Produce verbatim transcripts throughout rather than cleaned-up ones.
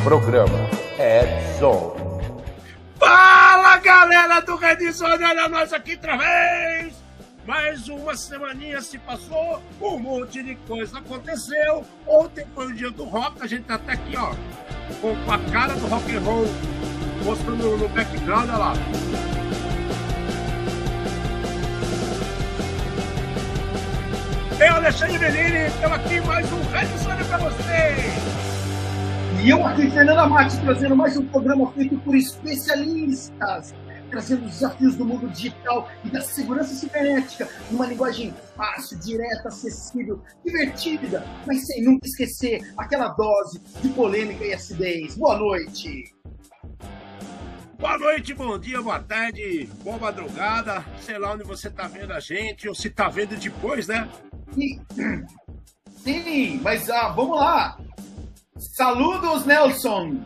Programa Red Zone. Fala, galera do Red Zone, olha nós aqui outra vez. Mais uma semaninha se passou, um monte de coisa aconteceu. Ontem foi o dia do rock, a gente tá até aqui, ó, com a cara do rock and roll mostrando no background, olha lá. Eu, Alexandre Bellini, estamos aqui mais um Red Zone pra vocês. E eu aqui, Fernanda Matos, trazendo mais um programa feito por especialistas, trazendo os desafios do mundo digital e da segurança cibernética, numa linguagem fácil, direta, acessível, divertida, mas sem nunca esquecer aquela dose de polêmica e acidez. Boa noite! Boa noite, bom dia, boa tarde, boa madrugada, sei lá onde você tá vendo a gente, ou se tá vendo depois, né? E, sim, mas ah, vamos lá! Saludos, Nelson!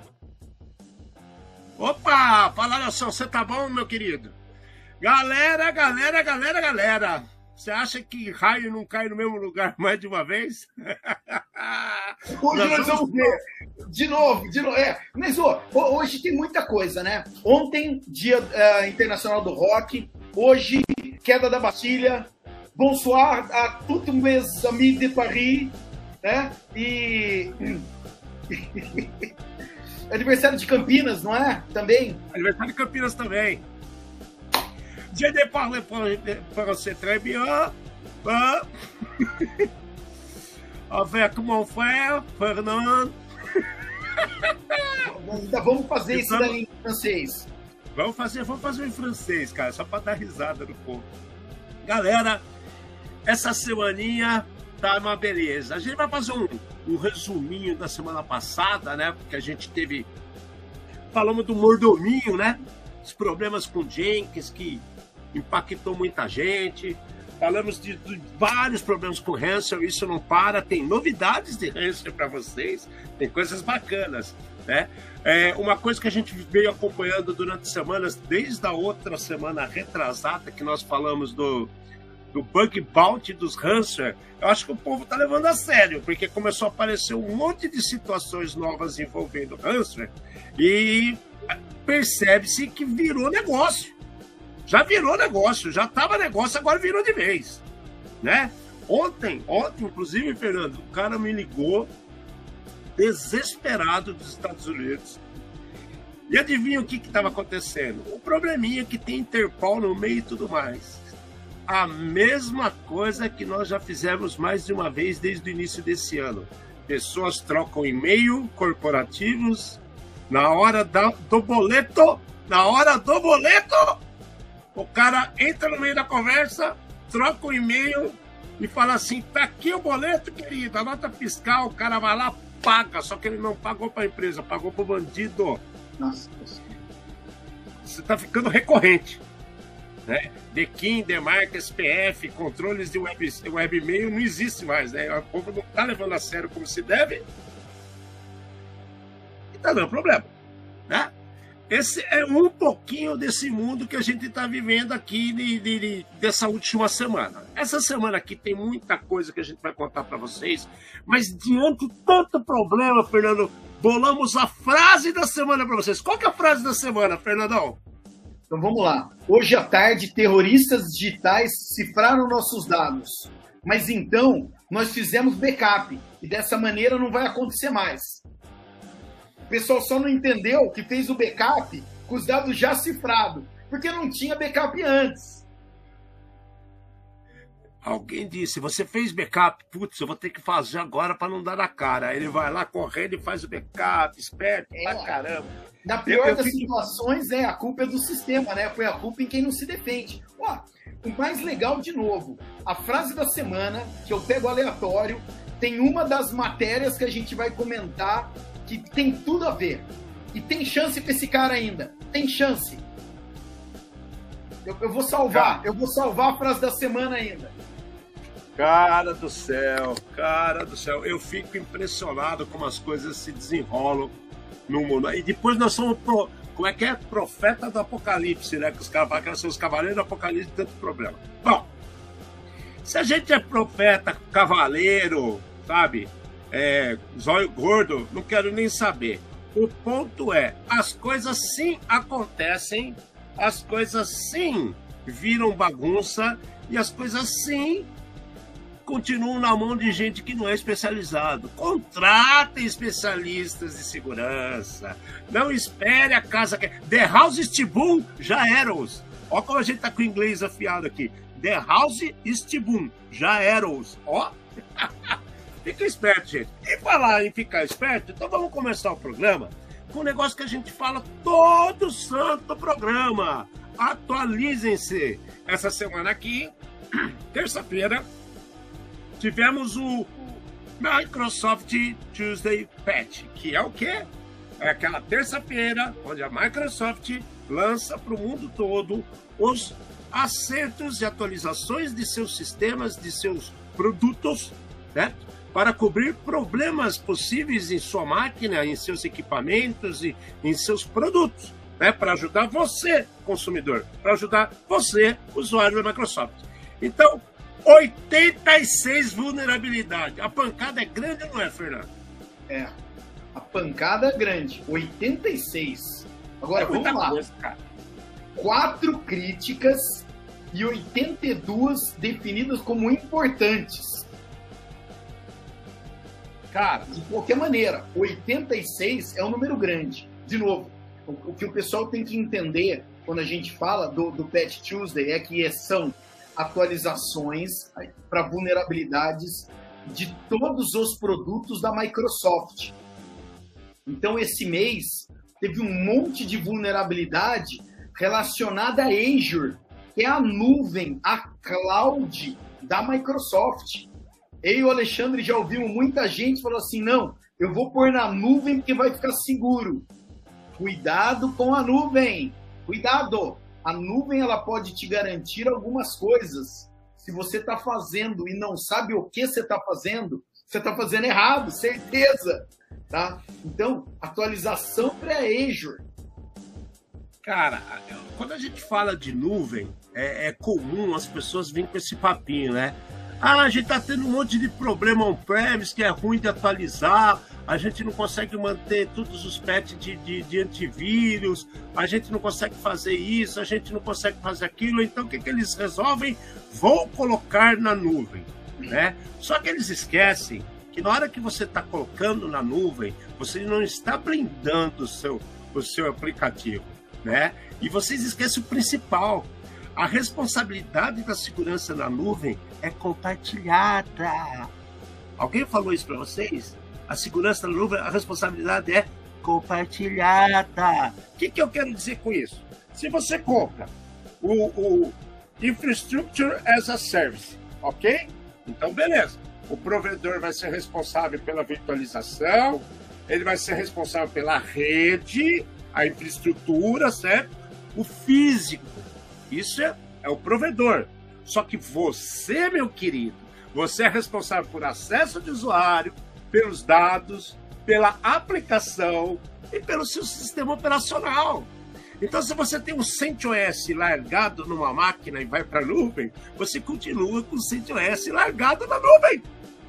Opa! Fala, Nelson, você tá bom, meu querido? Galera, galera, galera, galera! Você acha que raio não cai no mesmo lugar mais de uma vez? Hoje nós vamos ver. De novo, de novo. É, mas ó, hoje tem muita coisa, né? Ontem, Dia uh, Internacional do Rock. Hoje, queda da Bastilha. Bonsoir a tous mes amis de Paris. Né? E... aniversário de Campinas, não é? Também? Aniversário de Campinas também. Je ne parle français très bien. Avec mon frère, Fernando. Ainda vamos fazer isso daí em francês. Vamos fazer, vamos fazer em francês, cara, só para dar risada no povo. Galera, essa semaninha tá uma beleza. A gente vai fazer um, um resuminho da semana passada, né? Porque a gente teve... Falamos do mordominho, né? Os problemas com Jenkins, que impactou muita gente. Falamos de, de vários problemas com Hansel, isso não para. Tem novidades de Hansel para vocês. Tem coisas bacanas, né? É, uma coisa que a gente veio acompanhando durante semanas, desde a outra semana retrasada, que nós falamos do... do bug bounty dos Hansel, eu acho que o povo tá levando a sério, porque começou a aparecer um monte de situações novas envolvendo Hansel e percebe-se que virou negócio. Já virou negócio, já tava negócio, agora virou de vez, né? Ontem, ontem, inclusive, Fernando, o cara me ligou desesperado dos Estados Unidos. E adivinha o que que estava acontecendo? O probleminha que tem Interpol no meio e tudo mais. A mesma coisa que nós já fizemos mais de uma vez desde o início desse ano. Pessoas trocam e-mail corporativos na hora da, do boleto, na hora do boleto, o cara entra no meio da conversa, troca o e-mail e fala assim, tá aqui o boleto, querido, a nota fiscal, o cara vai lá, paga, só que ele não pagou para a empresa, pagou para o bandido. Nossa, você tá ficando recorrente. Né? D K I M, Demarca, S P F, controles de web, webmail não existe mais, né? O povo não está levando a sério como se deve e está dando problema, né? Esse é um pouquinho desse mundo que a gente está vivendo aqui de, de, de, dessa última semana. Essa semana aqui tem muita coisa que a gente vai contar para vocês, mas diante de tanto problema, Fernando, bolamos a frase da semana para vocês. Qual que é a frase da semana, Fernandão? Então vamos lá. Hoje à tarde, terroristas digitais cifraram nossos dados. Mas então, nós fizemos backup. E dessa maneira não vai acontecer mais. O pessoal só não entendeu que fez o backup com os dados já cifrados. Porque não tinha backup antes. Alguém disse, você fez backup? Putz, eu vou ter que fazer agora para não dar na cara. Aí ele vai lá correndo e faz o backup, esperto, é. pra caramba. Na pior eu, eu das fico... situações, é, a culpa é do sistema, né? Foi a culpa em quem não se defende. Ó, o mais legal, de novo, a frase da semana, que eu pego aleatório, tem uma das matérias que a gente vai comentar que tem tudo a ver. E tem chance pra esse cara ainda. Tem chance. Eu, eu vou salvar, cara. eu vou salvar a frase da semana ainda. Cara do céu, cara do céu, eu fico impressionado como as coisas se desenrolam no mundo. E depois nós somos, pro, como é que é? Profeta do Apocalipse, né? Que os caras falam que são os cavaleiros do Apocalipse, tanto problema. Bom, se a gente é profeta, cavaleiro, sabe? É, zóio gordo, não quero nem saber. O ponto é, as coisas sim acontecem, as coisas sim viram bagunça e as coisas sim continuam na mão de gente que não é especializado. Contratem especialistas de segurança. Não espere a casa... que The House Stibum já era os. Olha como a gente tá com o inglês afiado aqui. The House Stibum já era os. Ó. Fica esperto, gente. E falar em ficar esperto, então vamos começar o programa com um negócio que a gente fala todo santo programa. Atualizem-se. Essa semana aqui, terça-feira, tivemos o Microsoft Tuesday Patch, que é o quê? É aquela terça-feira onde a Microsoft lança para o mundo todo os acertos e atualizações de seus sistemas, de seus produtos, né? Para cobrir problemas possíveis em sua máquina, em seus equipamentos e em seus produtos, né? Para ajudar você, consumidor, para ajudar você, usuário da Microsoft. Então, oitenta e seis vulnerabilidades. A pancada é grande ou não é, Fernando? É, a pancada é grande, oitenta e seis. Agora, é vamos lá. Coisa, cara. Quatro críticas e oitenta e duas definidas como importantes. Cara, de qualquer maneira, oitenta e seis é um número grande. De novo, o, o que o pessoal tem que entender quando a gente fala do, do Patch Tuesday é que são atualizações para vulnerabilidades de todos os produtos da Microsoft. Então, esse mês, teve um monte de vulnerabilidade relacionada a Azure, que é a nuvem, a cloud da Microsoft. Eu e o Alexandre já ouvimos muita gente falando assim, não, eu vou pôr na nuvem porque vai ficar seguro. Cuidado com a nuvem, cuidado. A nuvem ela pode te garantir algumas coisas. Se você está fazendo e não sabe o que você está fazendo, você está fazendo errado, certeza. Tá? Então, atualização para Azure. Cara, quando a gente fala de nuvem, é, é comum as pessoas virem com esse papinho, né? Ah, a gente tá tendo um monte de problema on-premise que é ruim de atualizar, a gente não consegue manter todos os patches de, de, de antivírus, a gente não consegue fazer isso, a gente não consegue fazer aquilo, então o que, que eles resolvem? Vão colocar na nuvem, né? Só que eles esquecem que na hora que você está colocando na nuvem, você não está blindando o seu, o seu aplicativo, né? E vocês esquecem o principal. A responsabilidade da segurança na nuvem é compartilhada. Alguém falou isso para vocês? A segurança na nuvem, a responsabilidade é compartilhada. O que, que eu quero dizer com isso? Se você compra o, o Infrastructure as a Service, ok? Então, beleza. O provedor vai ser responsável pela virtualização, ele vai ser responsável pela rede, a infraestrutura, certo? O físico. Isso é, é o provedor. Só que você, meu querido, você é responsável por acesso de usuário, pelos dados, pela aplicação e pelo seu sistema operacional. Então, se você tem um CentOS largado numa máquina e vai para a nuvem, você continua com o CentOS largado na nuvem.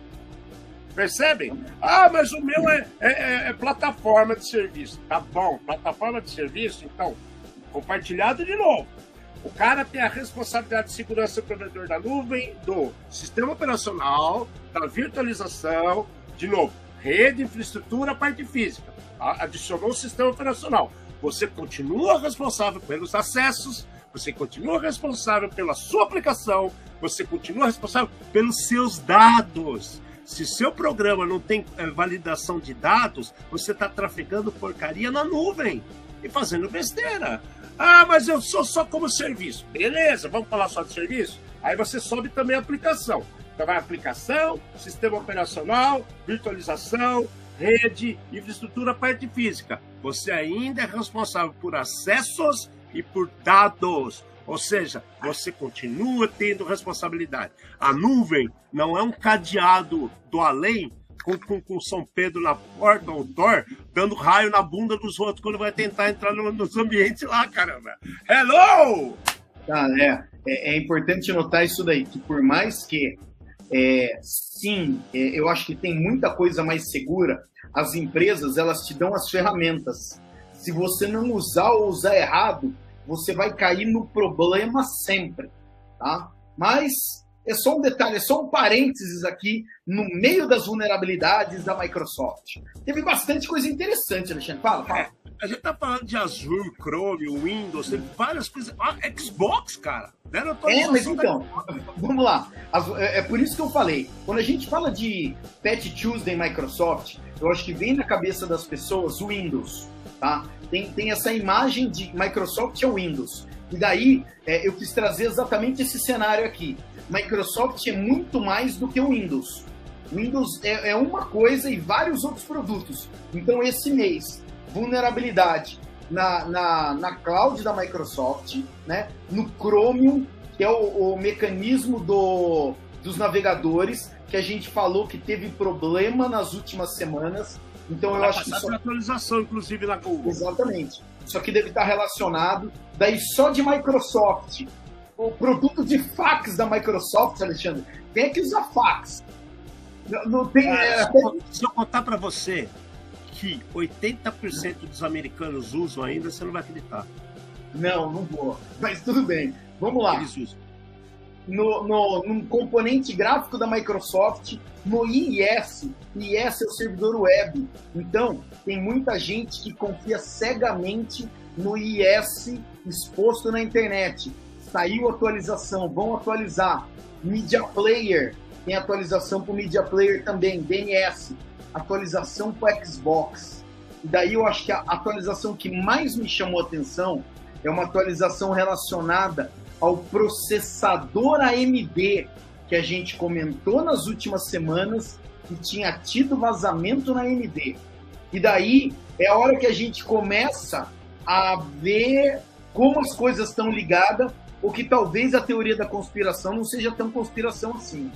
Percebem? Ah, mas o meu é, é, é plataforma de serviço. Tá bom, plataforma de serviço, então, compartilhado de novo. O cara tem a responsabilidade de segurança do provedor da nuvem, do sistema operacional, da virtualização, de novo, rede, infraestrutura, parte física. Adicionou o sistema operacional. Você continua responsável pelos acessos, você continua responsável pela sua aplicação, você continua responsável pelos seus dados. Se seu programa não tem é, validação de dados, você está trafegando porcaria na nuvem e fazendo besteira. Ah, mas eu sou só como serviço. Beleza, vamos falar só de serviço? Aí você sobe também a aplicação. Então vai aplicação, sistema operacional, virtualização, rede, infraestrutura, parte física. Você ainda é responsável por acessos e por dados. Ou seja, você continua tendo responsabilidade. A nuvem não é um cadeado do além com, com, com São Pedro na porta, ou Thor, dando raio na bunda dos outros quando vai tentar entrar no, nos ambientes lá, caramba. Hello! Tá, é, é, é importante notar isso daí, que por mais que é, sim, é, eu acho que tem muita coisa mais segura. As empresas, elas te dão as ferramentas. Se você não usar ou usar errado, você vai cair no problema sempre, tá? Mas é só um detalhe, é só um parênteses aqui no meio das vulnerabilidades da Microsoft. Teve bastante coisa interessante, Alexandre. Fala, fala. É, a gente tá falando de Azure, Chrome, Windows, tem várias coisas. Ah, Xbox, cara. Né? É, mas então, vamos lá. É por isso que eu falei. Quando a gente fala de Patch Tuesday Microsoft, eu acho que vem na cabeça das pessoas o Windows, tá? Tem, tem essa imagem de Microsoft é o Windows. E daí, é, eu quis trazer exatamente esse cenário aqui. Microsoft é muito mais do que o Windows. Windows é, é uma coisa e vários outros produtos. Então, esse mês, vulnerabilidade na, na, na cloud da Microsoft, né? No Chromium, que é o, o mecanismo do, dos navegadores, que a gente falou que teve problema nas últimas semanas. Então, eu acho que isso... atualização, inclusive, na Google. Exatamente. Isso aqui deve estar relacionado. Daí, só de Microsoft, o produto de fax da Microsoft, Alexandre, quem é que usa fax? Não, não tem... Cara, é, se, eu, se eu contar para você que oitenta por cento dos americanos usam ainda, você não vai acreditar. Não, não vou. Mas tudo bem. Vamos lá. Eles usam. No, no, no componente gráfico da Microsoft, no I I S, I I S é o servidor web. Então, tem muita gente que confia cegamente no I I S exposto na internet. Saiu atualização, vão atualizar. Media Player, tem atualização para o Media Player também, D N S. Atualização para o Xbox. E daí eu acho que a atualização que mais me chamou a atenção é uma atualização relacionada ao processador A M D, que a gente comentou nas últimas semanas, que tinha tido vazamento na A M D. E daí é a hora que a gente começa a ver como as coisas estão ligadas, ou que talvez a teoria da conspiração não seja tão conspiração assim.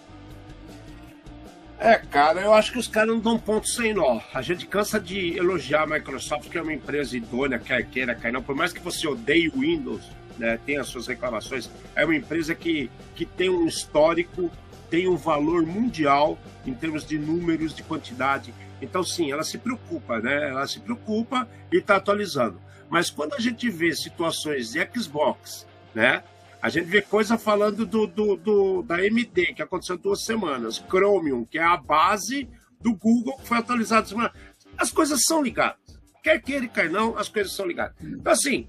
É, cara, eu acho que os caras não dão ponto sem nó. A gente cansa de elogiar a Microsoft, que é uma empresa idônea, quer queira, quer não. Por mais que você odeie o Windows, né, tem as suas reclamações, é uma empresa que, que tem um histórico, tem um valor mundial em termos de números, de quantidade. Então, sim, ela se preocupa, né? Ela se preocupa e está atualizando. Mas quando a gente vê situações de Xbox, né? A gente vê coisa falando do, do, do, da A M D, que aconteceu duas semanas. Chromium, que é a base do Google, que foi atualizado semana. As coisas são ligadas. Quer queira, quer não, as coisas são ligadas. Então, assim,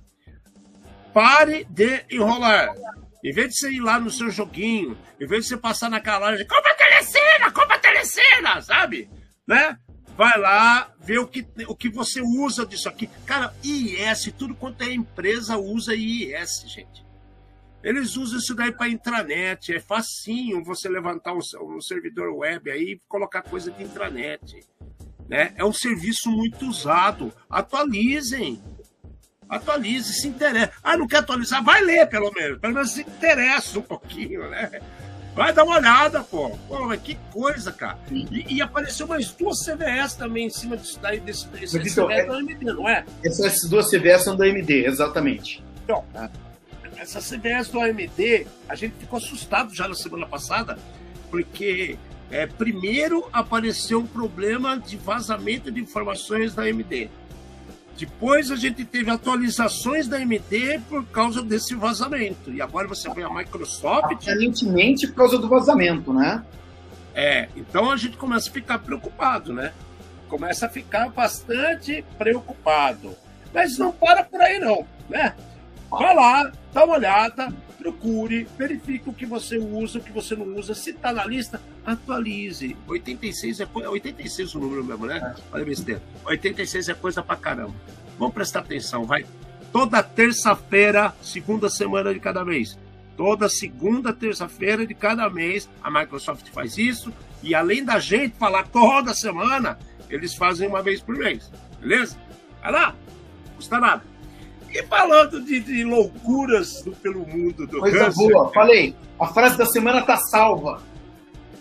pare de enrolar. Em vez de você ir lá no seu joguinho, em vez de você passar naquela loja, compra a telecena, compra a telecena, sabe? Né? Vai lá, ver o que, o que você usa disso aqui. Cara, I I S, tudo quanto é empresa usa I I S, gente. Eles usam isso daí para intranet. É facinho você levantar um, um servidor web aí e colocar coisa de intranet. Né? É um serviço muito usado. Atualizem. Atualize, se interessa. Ah, não quer atualizar? Vai ler, pelo menos. Pelo menos se interessa um pouquinho, né? Vai dar uma olhada, pô. Pô, mas que coisa, cara. E, e apareceu mais duas C V S também em cima disso daí, desse, desse mas, então, C V S é, da A M D, não é? Essas duas C V S são da A M D, exatamente. Então, essa C V S do A M D, a gente ficou assustado já na semana passada, porque é, primeiro apareceu um problema de vazamento de informações da A M D. Depois a gente teve atualizações da A M D por causa desse vazamento. E agora você vê a Microsoft... Aparentemente por causa do vazamento, né? É, então a gente começa a ficar preocupado, né? Começa a ficar bastante preocupado. Mas não para por aí não, né? Vai lá, dá uma olhada, procure, verifique o que você usa, o que você não usa. Se está na lista, atualize. oitenta e seis é coisa... oitenta e seis é o número mesmo, né? Olha besteira. oitenta e seis é coisa pra caramba. Vamos prestar atenção, vai. Toda terça-feira, segunda semana de cada mês. Toda segunda, terça-feira de cada mês, a Microsoft faz isso. E além da gente falar toda semana, eles fazem uma vez por mês. Beleza? Vai lá. Não custa nada. E falando de, de loucuras do, pelo mundo do Coisa câncer, boa, falei. A frase da semana tá salva.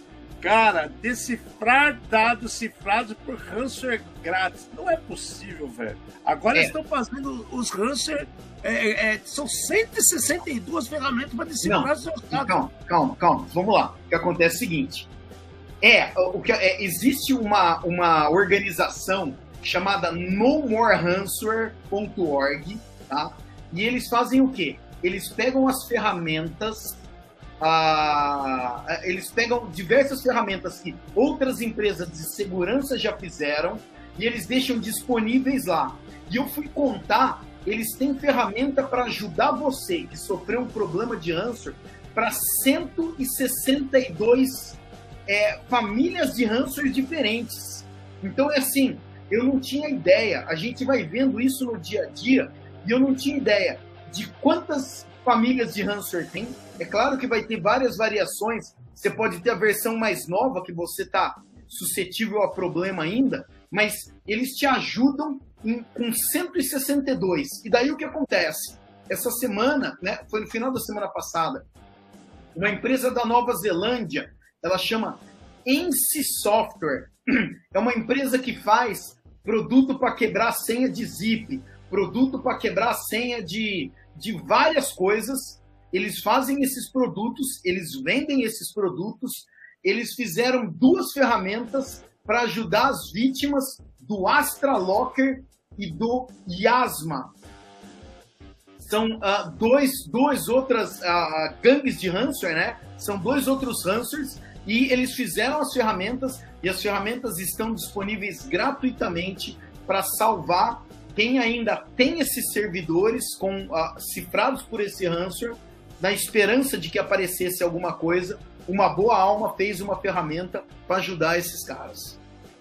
Cara, decifrar dados cifrados por ransomware grátis. Não é possível, velho. Agora É. eles estão fazendo os ransomware. É, é, são cento e sessenta e duas ferramentas para decifrar Não, os seus dados. calma, calma, calma. Vamos lá. O que acontece é o seguinte. É, o que, é, existe uma, uma organização chamada no more ransomware ponto org, tá? E eles fazem o quê? Eles pegam as ferramentas, ah, eles pegam diversas ferramentas que outras empresas de segurança já fizeram e eles deixam disponíveis lá. E eu fui contar, eles têm ferramenta para ajudar você que sofreu um problema de ransomware para cento e sessenta e dois é, famílias de ransomware diferentes. Então é assim, eu não tinha ideia, a gente vai vendo isso no dia a dia, e eu não tinha ideia de quantas famílias de ransomware tem. É claro que vai ter várias variações, você pode ter a versão mais nova que você está suscetível a problema ainda, mas eles te ajudam em, com cento e sessenta e dois. E daí o que acontece? Essa semana, né, foi no final da semana passada, uma empresa da Nova Zelândia, ela chama Ence Software. É uma empresa que faz produto para quebrar a senha de zip, produto para quebrar a senha de, de várias coisas. Eles fazem esses produtos, eles vendem esses produtos, eles fizeram duas ferramentas para ajudar as vítimas do Astra Locker e do Yasma. São uh, dois, dois outras uh, gangues de ransomware, né? São dois outros ransomwares e eles fizeram as ferramentas e as ferramentas estão disponíveis gratuitamente para salvar quem ainda tem esses servidores com, uh, cifrados por esse ransomware, na esperança de que aparecesse alguma coisa. Uma boa alma fez uma ferramenta para ajudar esses caras.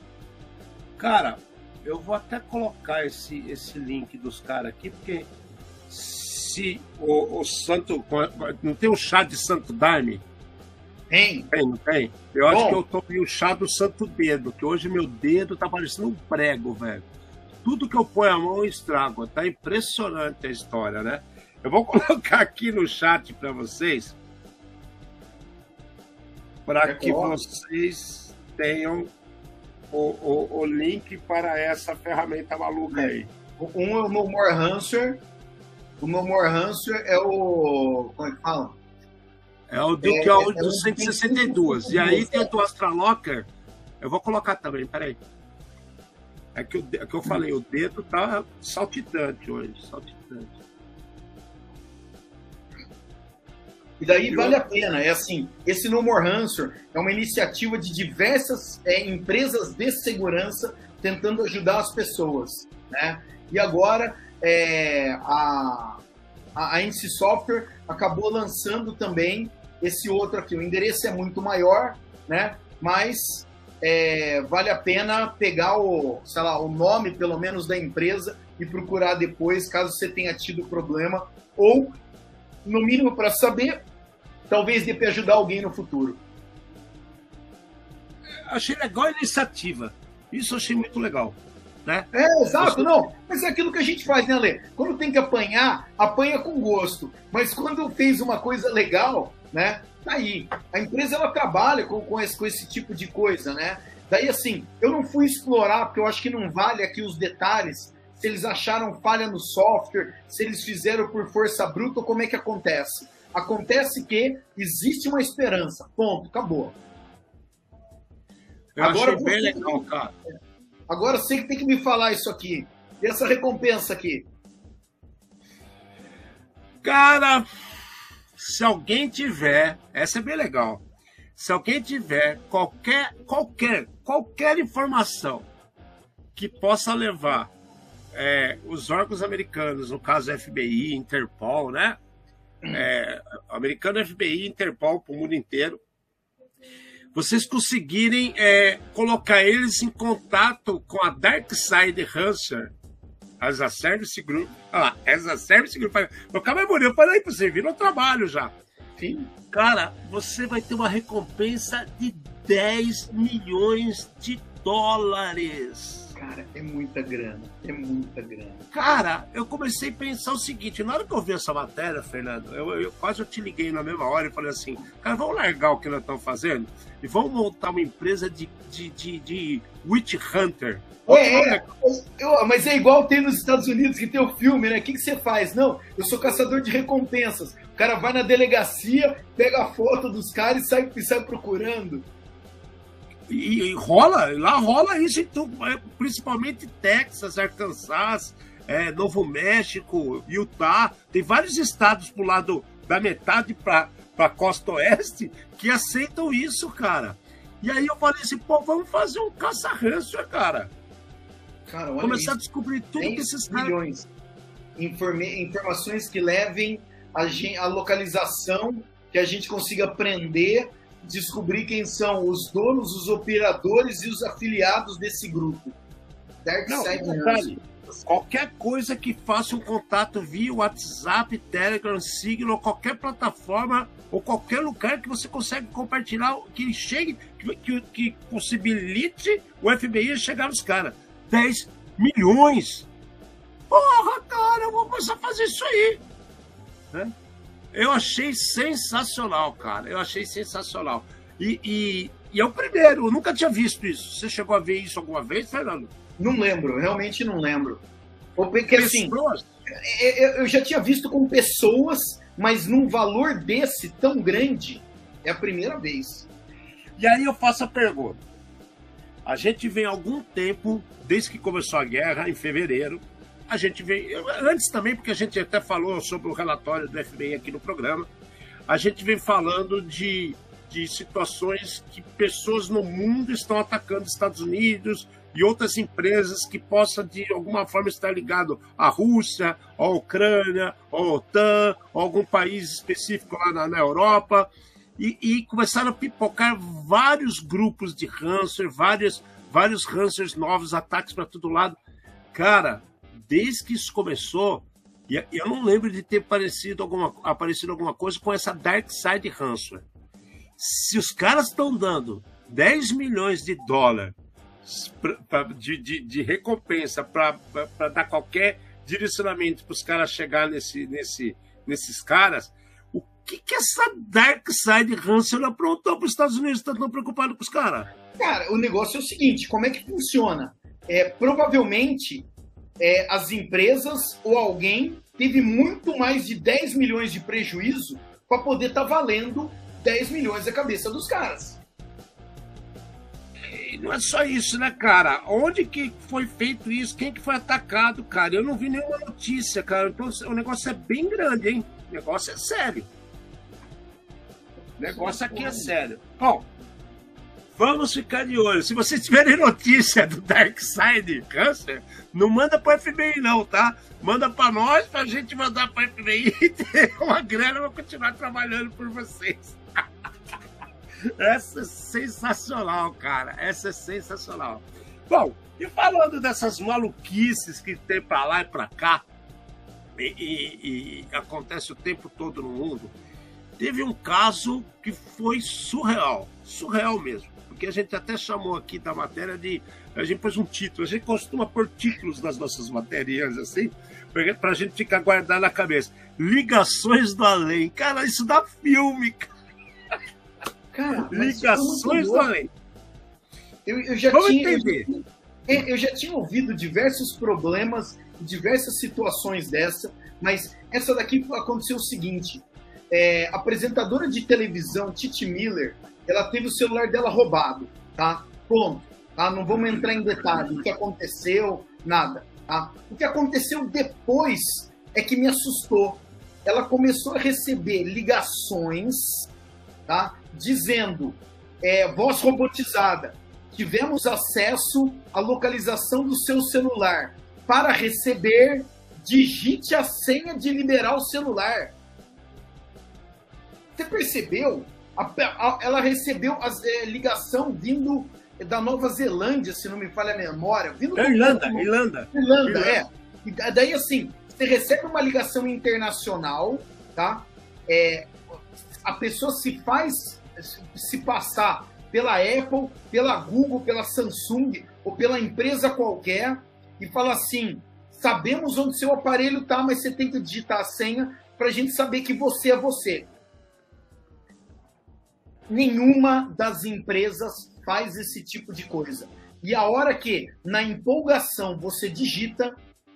Cara, eu vou até colocar esse, esse link dos caras aqui, porque se o, o Santo... Não tem o chá de Santo Daime? Tem. Tem, não tem? Eu Bom. acho que eu tomei o chá do Santo Dedo, que hoje meu dedo tá parecendo um prego, velho. Tudo que eu ponho a mão eu estrago. Tá impressionante a história, né? Eu vou colocar aqui no chat para vocês, para que vocês tenham o, o, o link para essa ferramenta maluca aí. Um é o No More Ransomware. O No More Ransomware é o... Como é que fala? É o do, É, que é o é, é do o cento e sessenta e dois. E aí tem o do Astra Locker. Eu vou colocar também, peraí. É que, o, é que eu falei, o dedo tá saltitante hoje, saltitante. E daí vale a pena. É assim, esse No More Ransomware é uma iniciativa de diversas é, empresas de segurança tentando ajudar as pessoas, né? E agora é, a, a, a Ence Software acabou lançando também esse outro aqui. O endereço é muito maior, né? Mas é, vale a pena pegar o, sei lá, o nome, pelo menos, da empresa e procurar depois, caso você tenha tido problema, ou, no mínimo, para saber, talvez dê para ajudar alguém no futuro. Achei legal a iniciativa. Isso eu achei muito legal, né? É, exato, não. Mas é aquilo que a gente faz, né, Lê? Quando tem que apanhar, apanha com gosto. Mas quando fez uma coisa legal, né? Tá aí. A empresa, ela trabalha com, com, esse, com esse tipo de coisa, né? Daí, assim, eu não fui explorar, porque eu acho que não vale aqui os detalhes, se eles acharam falha no software, se eles fizeram por força bruta, ou como é que acontece. Acontece que existe uma esperança. Ponto, acabou. Eu Agora achei bem você- legal, cara. Agora você que tem que me falar isso aqui. E essa recompensa aqui. Cara, se alguém tiver, essa é bem legal. Se alguém tiver qualquer, qualquer, qualquer informação que possa levar é, os órgãos americanos, no caso F B I, Interpol, né? É, americano, F B I, Interpol para o mundo inteiro, vocês conseguirem é, colocar eles em contato com a Dark Side Ransomware, as a Service Group. Olha lá, as a Service Group. Meu cara vai morrer, eu falei para você, vir no trabalho já. Sim. Cara, você vai ter uma recompensa de dez milhões de dólares. Cara, é muita grana, é muita grana. Cara, eu comecei a pensar o seguinte, na hora que eu vi essa matéria, Fernando, eu, eu quase eu te liguei na mesma hora e falei assim, cara, vamos largar o que nós estamos fazendo e vamos montar uma empresa de, de, de, de Witch Hunter. É, é, eu, mas é igual tem nos Estados Unidos, que tem o filme, né? O que, que você faz? Não, eu sou caçador de recompensas. O cara vai na delegacia, pega a foto dos caras e sai, e sai procurando. E, e rola, lá rola isso, então, principalmente Texas, Arkansas, é, Novo México, Utah, tem vários estados pro lado da metade para a costa oeste que aceitam isso, cara. E aí eu falei assim, pô, vamos fazer um caça-ranço, cara. Cara, olha começar isso. a descobrir tudo que esses milhões. Informe, informações que levem a, gente, a localização, que a gente consiga prender, descobrir quem são os donos, os operadores e os afiliados desse grupo. Dark Não, Side detalhe, qualquer coisa que faça um contato via WhatsApp, Telegram, Signal, qualquer plataforma ou qualquer lugar que você consegue compartilhar, que chegue, que, que, que possibilite o F B I chegar nos caras. dez milhões! Porra, cara, eu vou começar a fazer isso aí! Né? Eu achei sensacional, cara. Eu achei sensacional. E, e, e é o primeiro, eu nunca tinha visto isso. Você chegou a ver isso alguma vez, Fernando? Não lembro, realmente não lembro. Porque assim, Pessoas? eu já tinha visto com pessoas, mas num valor desse tão grande, é a primeira vez. E aí eu faço a pergunta. A gente vem há algum tempo, desde que começou a guerra, em fevereiro, a gente vem, antes também, porque a gente até falou sobre o relatório do F B I aqui no programa, a gente vem falando de, de situações que pessoas no mundo estão atacando os Estados Unidos e outras empresas que possam, de alguma forma, estar ligado à Rússia, à Ucrânia, à OTAN, a algum país específico lá na, na Europa, e, e começaram a pipocar vários grupos de ransomware, vários, vários ransomwares novos, ataques para todo lado. Cara, desde que isso começou, eu não lembro de ter aparecido alguma, aparecido alguma coisa com essa Dark Side Ransomware. Se os caras estão dando dez milhões de dólares pra, pra, de, de, de recompensa para dar qualquer direcionamento para os caras chegarem nesse, nesse, nesses caras, o que, que essa Dark Side Ransomware aprontou para os Estados Unidos? Estão tão preocupados com os caras? Cara, o negócio é o seguinte, como é que funciona? É, provavelmente... É, as empresas ou alguém teve muito mais de dez milhões de prejuízo para poder estar tá valendo dez milhões a cabeça dos caras. E não é só isso, né, cara? Onde que foi feito isso? Quem que foi atacado, cara? Eu não vi nenhuma notícia, cara. Então o negócio é bem grande, hein? O negócio é sério. O negócio aqui é sério. Bom, vamos ficar de olho. Se vocês tiverem notícia do Dark Side Câncer, não manda para o F B I não, tá? Manda para nós, para a gente mandar para o F B I e ter uma grana para continuar trabalhando por vocês. Essa é sensacional, cara. Essa é sensacional. Bom, e falando dessas maluquices que tem para lá e para cá, e, e, e acontece o tempo todo no mundo, teve um caso que foi surreal. Surreal mesmo. Que a gente até chamou aqui da matéria de... A gente pôs um título. A gente costuma pôr títulos nas nossas matérias, assim, para a gente ficar guardado na cabeça. Ligações do além. Cara, isso dá filme, cara. Cara, Ligações do além. Eu, eu, já Vamos tinha, entender. Eu, eu já tinha ouvido diversos problemas, diversas situações dessa, mas essa daqui aconteceu o seguinte. É, a apresentadora de televisão, Titi Miller, ela teve o celular dela roubado, tá? Ponto. Tá? Não vamos entrar em detalhe o que aconteceu, nada. Tá? O que aconteceu depois é que me assustou. Ela começou a receber ligações, tá? Dizendo, é, voz robotizada, tivemos acesso à localização do seu celular. Para receber, digite a senha de liberar o celular. Você percebeu? A, a, ela recebeu a é, ligação vindo da Nova Zelândia, se não me falha a memória. Vindo Irlanda, do... Irlanda. Irlanda, é. E daí, assim, você recebe uma ligação internacional, tá? É, a pessoa se faz se passar pela Apple, pela Google, pela Samsung, ou pela empresa qualquer e fala assim, sabemos onde seu aparelho está, mas você tem que digitar a senha para a gente saber que você é você. Nenhuma das empresas faz esse tipo de coisa. E a hora que, na empolgação, você digita,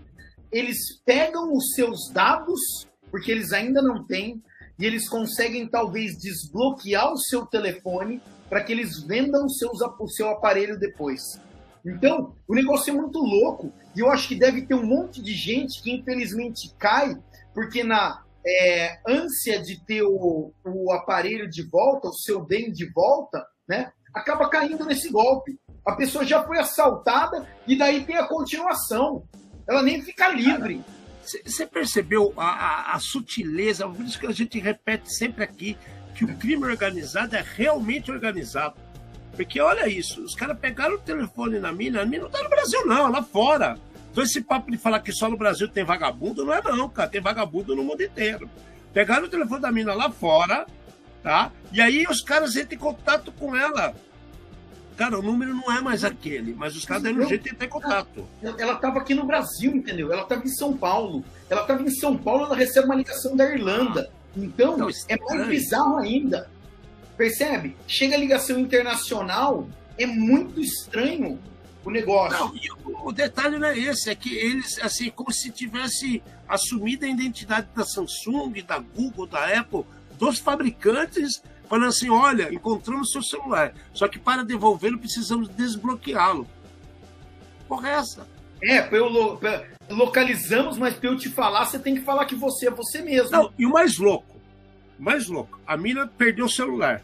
eles pegam os seus dados, porque eles ainda não têm, e eles conseguem talvez desbloquear o seu telefone para que eles vendam seus, o seu aparelho depois. Então, o negócio é muito louco, e eu acho que deve ter um monte de gente que infelizmente cai, porque na é, ânsia de ter o, o aparelho de volta, o seu bem de volta, né, acaba caindo nesse golpe. A pessoa já foi assaltada e daí tem a continuação. Ela nem fica livre. Você percebeu a, a, a sutileza? Por isso que a gente repete sempre aqui que o crime organizado é realmente organizado. Porque olha isso, os caras pegaram o telefone na mina, a mina não tá no Brasil não, lá fora. Então esse papo de falar que só no Brasil tem vagabundo, não é não, cara, tem vagabundo no mundo inteiro. Pegaram o telefone da mina lá fora, tá? E aí os caras entram em contato com ela. Cara, o número não é mais aquele, mas os caras deram um jeito de ter contato. Ela estava aqui no Brasil, entendeu? Ela estava em São Paulo. Ela estava em São Paulo, ela recebe uma ligação da Irlanda. Então, não, é mais bizarro ainda. Percebe? Chega a ligação internacional, é muito estranho o negócio. Não, e o, o detalhe não é esse, é que eles, assim, como se tivesse assumido a identidade da Samsung, da Google, da Apple, dos fabricantes, falando assim, olha, encontramos seu celular, só que para devolvê-lo precisamos desbloqueá-lo. Porra, é essa? É, pra eu lo, pra, localizamos, mas para eu te falar, você tem que falar que você é você mesmo. Não, e o mais louco, o mais louco, a mina perdeu o celular.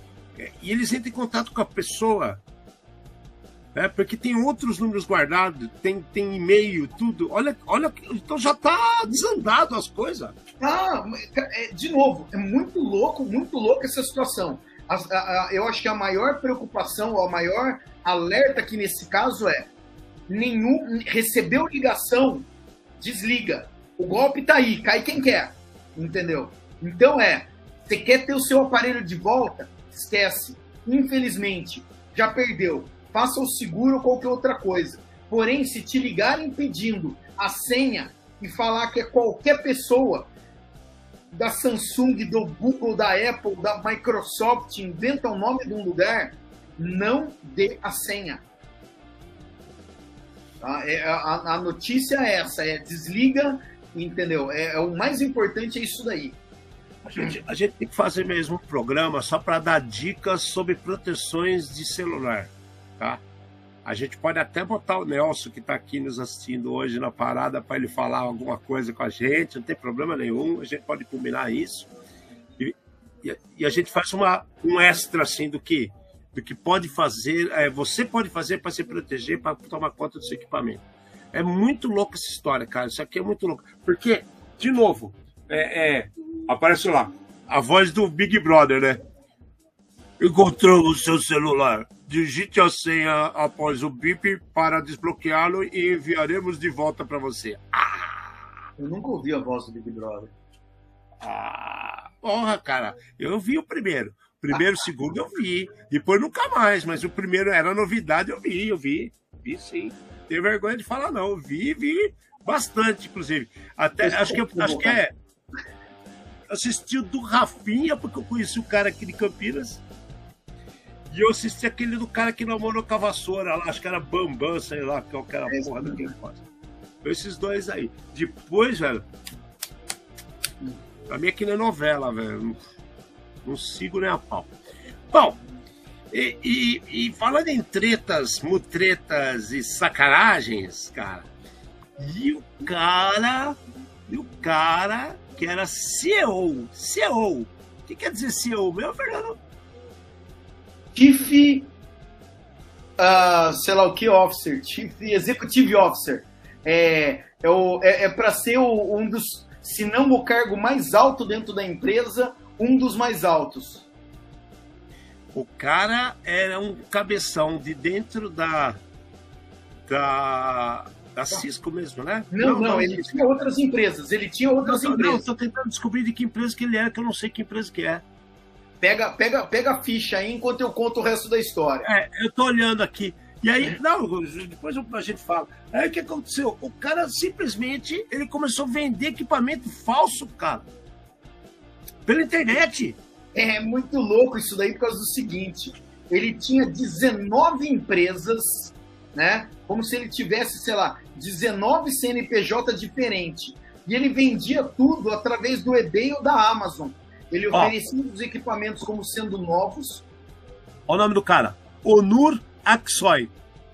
E eles entram em contato com a pessoa, né, porque tem outros números guardados, tem, tem e-mail, tudo. Olha, olha, então já tá desandado as coisas. Ah, de novo, é muito louco, muito louco essa situação. A, a, a, eu acho que a maior preocupação, ou a maior alerta aqui nesse caso é nenhum recebeu ligação, desliga. O golpe tá aí, cai quem quer, entendeu? Então é, você quer ter o seu aparelho de volta? Esquece. Infelizmente, já perdeu. Faça o seguro ou qualquer outra coisa. Porém, se te ligarem pedindo a senha e falar que é qualquer pessoa da Samsung, do Google, da Apple, da Microsoft, inventa o nome de um lugar, não dê a senha. Tá? É, a, a notícia é essa, é desliga, entendeu? É, é, o mais importante é isso daí. A gente, a gente tem que fazer mesmo um programa só para dar dicas sobre proteções de celular, tá? A gente pode até botar o Nelson, que está aqui nos assistindo hoje na parada, para ele falar alguma coisa com a gente, não tem problema nenhum, a gente pode combinar isso. E, e, e a gente faz uma, um extra assim, do que, do que pode fazer, é, você pode fazer para se proteger, para tomar conta do seu equipamento. É muito louco essa história, cara, isso aqui é muito louco. Porque, de novo, é, é, aparece lá, a voz do Big Brother, né? Encontramos o seu celular. Digite a senha após o bip para desbloqueá-lo e enviaremos de volta para você. Ah! Eu nunca ouvi a voz do Big Brother. Ah, porra, cara. Eu vi o primeiro. Primeiro, ah. segundo eu vi. Depois nunca mais, mas o primeiro era novidade, eu vi, eu vi. Vi sim. Não tenho vergonha de falar, não. Eu vi, vi bastante, inclusive. Até, acho que, eu, acho que é... Assisti o do Rafinha, porque eu conheci o cara aqui de Campinas. E eu assisti aquele do cara que namorou com a vassoura lá, acho que era Bambam, sei lá, que era a porra daquele negócio. Esses dois aí. Depois, velho, pra mim aquilo é novela, velho. Não, não sigo nem a pau. Bom, e, e, e falando em tretas, mutretas e sacanagens, cara, e o cara, e o cara que era C E O, C E O, o que quer dizer C E O, meu, Fernando? Chief, uh, sei lá o que, Officer, Chief Executive Officer. É, é, o, é, é para ser o, um dos, se não o cargo mais alto dentro da empresa, um dos mais altos. O cara era um cabeção de dentro da, da, da Cisco mesmo, né? Não, não, não ele tinha outras empresas, ele tinha outras não, empresas. Não, estou tentando descobrir de que empresa que ele é, que eu não sei que empresa que é. Pega, pega, pega a ficha aí enquanto eu conto o resto da história. É, eu tô olhando aqui. E aí, não, depois a gente fala. Aí o que aconteceu? O cara simplesmente ele começou a vender equipamento falso, cara. Pela internet. É muito louco isso daí por causa do seguinte. Ele tinha dezenove empresas, né? Como se ele tivesse, sei lá, dezenove C N P J diferentes. E ele vendia tudo através do eBay ou da Amazon. Ele oferecia oh. os equipamentos como sendo novos. Olha o nome do cara. Onur Aksoy.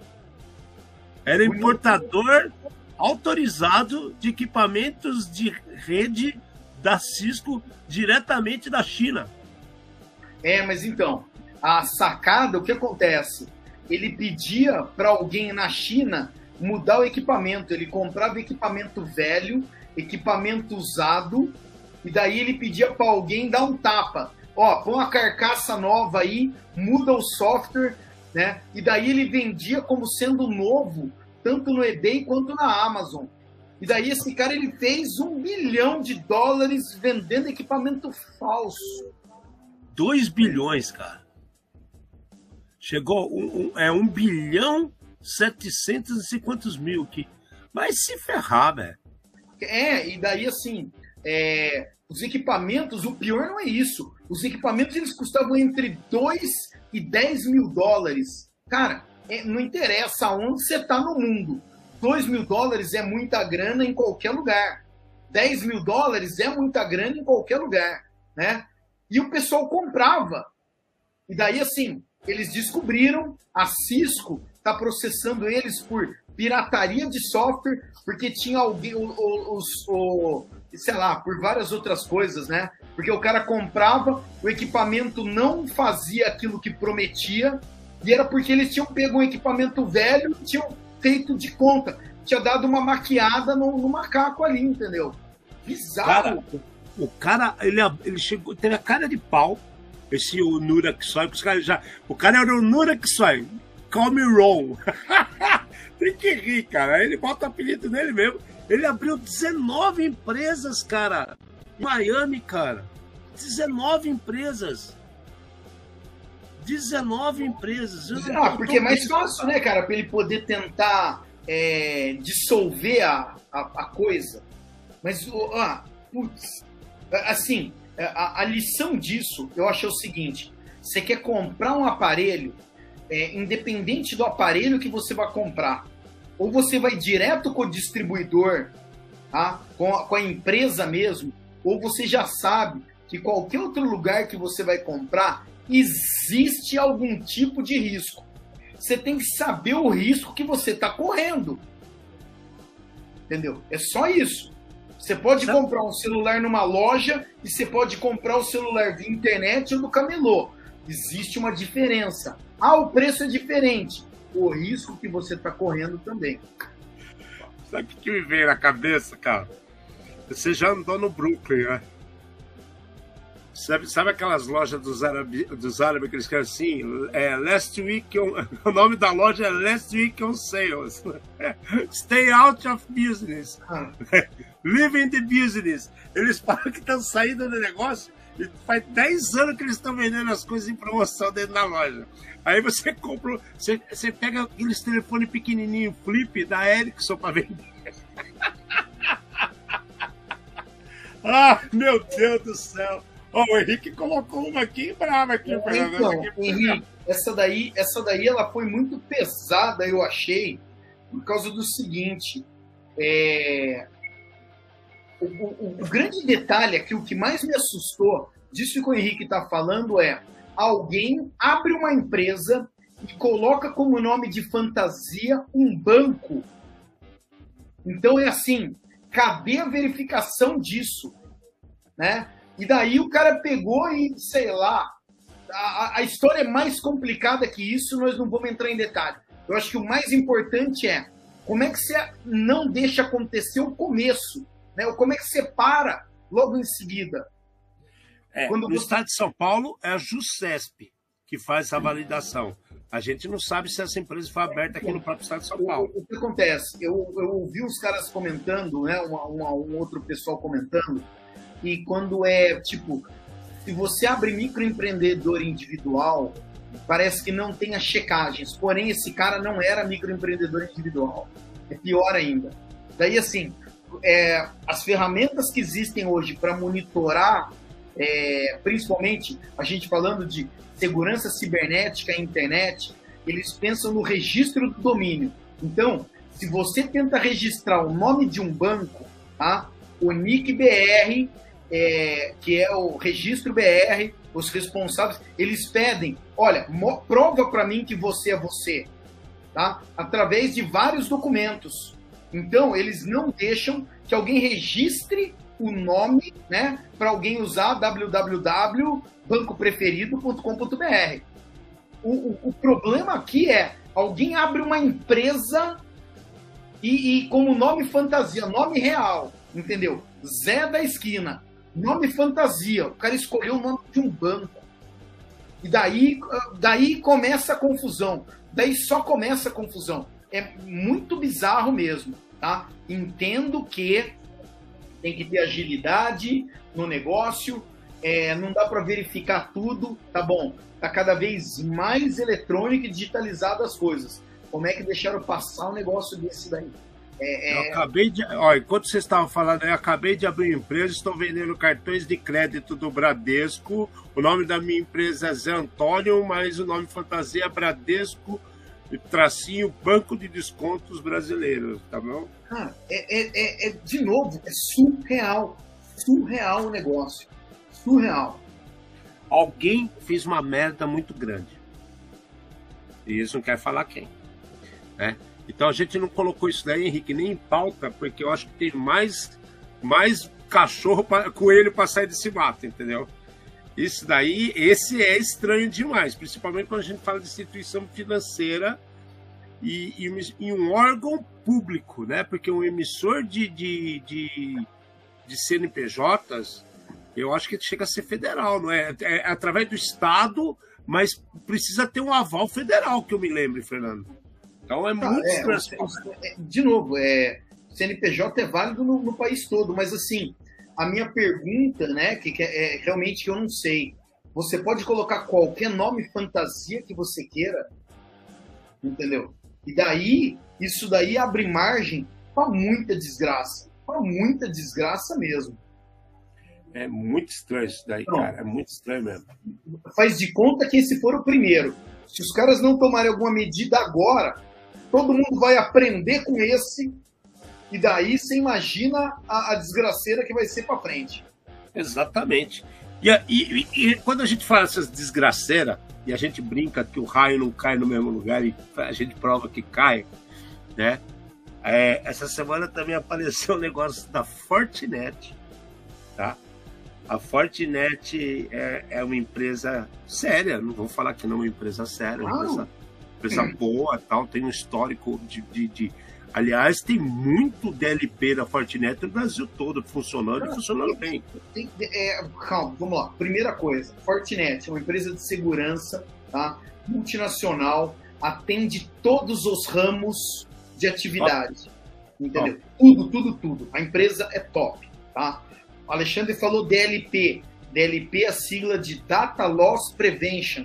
Era importador autorizado de equipamentos de rede da Cisco diretamente da China. É, mas então, a sacada, o que acontece? Ele pedia para alguém na China mudar o equipamento. Ele comprava equipamento velho, equipamento usado, e daí ele pedia para alguém dar um tapa. Ó, põe uma carcaça nova aí, muda o software, né? E daí ele vendia como sendo novo, tanto no eBay quanto na Amazon. E daí esse cara ele fez um bilhão de dólares vendendo equipamento falso. Dois bilhões, cara. Chegou um, um, é um bilhão setecentos e quantos mil que vai se ferrar, velho. É, e daí assim, é, os equipamentos, o pior não é isso. Os equipamentos eles custavam entre dois e dez mil dólares. Cara, é, não interessa onde você tá no mundo. dois mil dólares é muita grana em qualquer lugar. dez mil dólares é muita grana em qualquer lugar, né? E o pessoal comprava. E daí, assim, eles descobriram, a Cisco está processando eles por pirataria de software, porque tinha alguém, os, os, sei lá, por várias outras coisas, né? Porque o cara comprava, o equipamento não fazia aquilo que prometia, e era porque eles tinham pego um equipamento velho e tinham feito de conta. Tinha dado uma maquiada no, no macaco ali, entendeu? Bizarro. Cara, o cara, ele, ele chegou, teve a cara de pau, esse Onur Aksoy, os caras já, o cara era o Onur Aksoy, call me Ron. Tem que rir, cara. Ele bota o apelido nele mesmo. Ele abriu dezenove empresas, cara, em Miami, cara. dezenove empresas. dezenove empresas. Eu ah, porque é mais fácil, né, cara, para ele poder tentar é, dissolver a, a, a coisa. Mas, ah, putz, assim, a, a lição disso, eu acho é o seguinte: você quer comprar um aparelho, é, independente do aparelho que você vai comprar, ou você vai direto com o distribuidor, tá? com, a, com a empresa mesmo, ou você já sabe que qualquer outro lugar que você vai comprar existe algum tipo de risco. Você tem que saber o risco que você está correndo. Entendeu? É só isso. Você pode Sabe? comprar um celular numa loja e você pode comprar o celular via internet ou do camelô. Existe uma diferença. Ah, o preço é diferente. O risco que você está correndo também. Sabe o que me veio na cabeça, cara? Você já andou no Brooklyn, né? Sabe, sabe aquelas lojas dos árabes, dos árabes que eles querem assim? É, last week on, o nome da loja é Last Week on Sales. Stay out of business. Ah. Live in the business. Eles falam que estão saindo do negócio e faz dez anos que eles estão vendendo as coisas em promoção dentro da loja. Aí você compra, você, você pega aqueles telefones pequenininhos flip da Ericsson para vender. Ah, meu Deus do céu. Oh, o Henrique colocou uma aqui brava aqui, então, aqui Henrique, essa daí, essa daí ela foi muito pesada, eu achei, por causa do seguinte, é... o, o, o grande detalhe aqui, o que mais me assustou disso que o Henrique está falando é: alguém abre uma empresa e coloca como nome de fantasia um banco. Então é assim, cadê a verificação disso, né? E daí o cara pegou e, sei lá, a, a história é mais complicada que isso, nós não vamos entrar em detalhe. Eu acho que o mais importante é como é que você não deixa acontecer o começo, né? Ou como é que você para logo em seguida. É, Quando no você... estado de São Paulo é a Jusesp que faz essa validação. A gente não sabe se essa empresa foi aberta aqui no próprio estado de São Paulo. O, o que acontece? Eu, eu ouvi os caras comentando, né? Uma, uma, um outro pessoal comentando. E quando é, tipo, se você abre microempreendedor individual, parece que não tenha checagens, porém esse cara não era microempreendedor individual. É pior ainda. Daí, assim, é, as ferramentas que existem hoje para monitorar, é, principalmente a gente falando de segurança cibernética e internet, eles pensam no registro do domínio. Então, se você tenta registrar o nome de um banco, tá? O N I C B R, é, que é o registro B R, os responsáveis, eles pedem, olha, prova para mim que você é você, tá? Através de vários documentos. Então, eles não deixam que alguém registre o nome, né, para alguém usar w w w ponto banco preferido ponto com ponto b r. O, o, o problema aqui é, alguém abre uma empresa e, e como nome fantasia, nome real, entendeu? Zé da esquina, nome fantasia, o cara escolheu o nome de um banco. E daí, daí começa a confusão. Daí só começa a confusão. É muito bizarro mesmo, tá? Entendo que tem que ter agilidade no negócio, é, não dá para verificar tudo, tá bom? Tá cada vez mais eletrônico e digitalizado as coisas. Como é que deixaram passar um negócio desse daí? É, é... Eu acabei de... Ó, enquanto vocês estavam falando, eu acabei de abrir uma empresa, estou vendendo cartões de crédito do Bradesco. O nome da minha empresa é Zé Antônio, mas o nome fantasia é Bradesco, tracinho Banco de Descontos Brasileiros, tá bom? Cara, é, é, é, é de novo, é surreal. Surreal o negócio. Surreal. Alguém fez uma merda muito grande. E isso não quer falar quem, né? Então a gente não colocou isso daí, Henrique, nem em pauta, porque eu acho que tem mais, mais cachorro, pra, coelho para sair desse mato, entendeu? Isso daí, esse é estranho demais, principalmente quando a gente fala de instituição financeira e, e, e um órgão público, né? Porque um emissor de, de, de, de C N P Js, eu acho que chega a ser federal, não é? É através do Estado, mas precisa ter um aval federal, que eu me lembre, Fernando. Então é muito ah, é, é, De novo, é, C N P J é válido no, no país todo, mas assim, a minha pergunta, né, que, que é, é realmente que eu não sei, você pode colocar qualquer nome fantasia que você queira, entendeu? E daí, isso daí abre margem para muita desgraça, para muita desgraça mesmo. É muito estranho isso daí, não, cara, é muito estranho mesmo. Faz de conta que esse for o primeiro. Se os caras não tomarem alguma medida agora, todo mundo vai aprender com esse, e daí você imagina a, a desgraceira que vai ser para frente. Exatamente. E, e, e quando a gente fala essas desgraceiras, e a gente brinca que o raio não cai no mesmo lugar, e a gente prova que cai, né? É, essa semana também apareceu um negócio da Fortinet, tá? A Fortinet é, é uma empresa séria, não vou falar que não é uma empresa séria, é uma empresa, empresa boa, tal, tem um histórico de, de, de... Aliás, tem muito D L P da Fortinet no Brasil todo, funcionando e funcionando bem. Tem, é, calma, vamos lá. Primeira coisa, Fortinet é uma empresa de segurança, tá? Multinacional, atende todos os ramos de atividade, top. Entendeu? Top. Tudo, tudo, tudo. A empresa é top, tá? O Alexandre falou D L P. D L P é a sigla de Data Loss Prevention.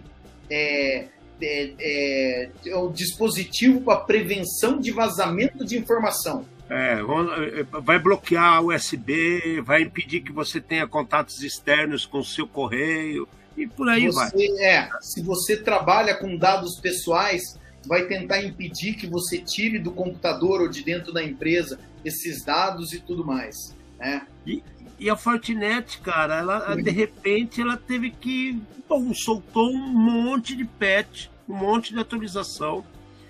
É, é, é, é o dispositivo para prevenção de vazamento de informação. É, vai bloquear o U S B, vai impedir que você tenha contatos externos com o seu correio e por aí você, vai. É, se você trabalha com dados pessoais, vai tentar impedir que você tire do computador ou de dentro da empresa esses dados e tudo mais, né? E, E a Fortinet, cara, ela, de repente, ela teve que... Bom, soltou um monte de patch, um monte de atualização,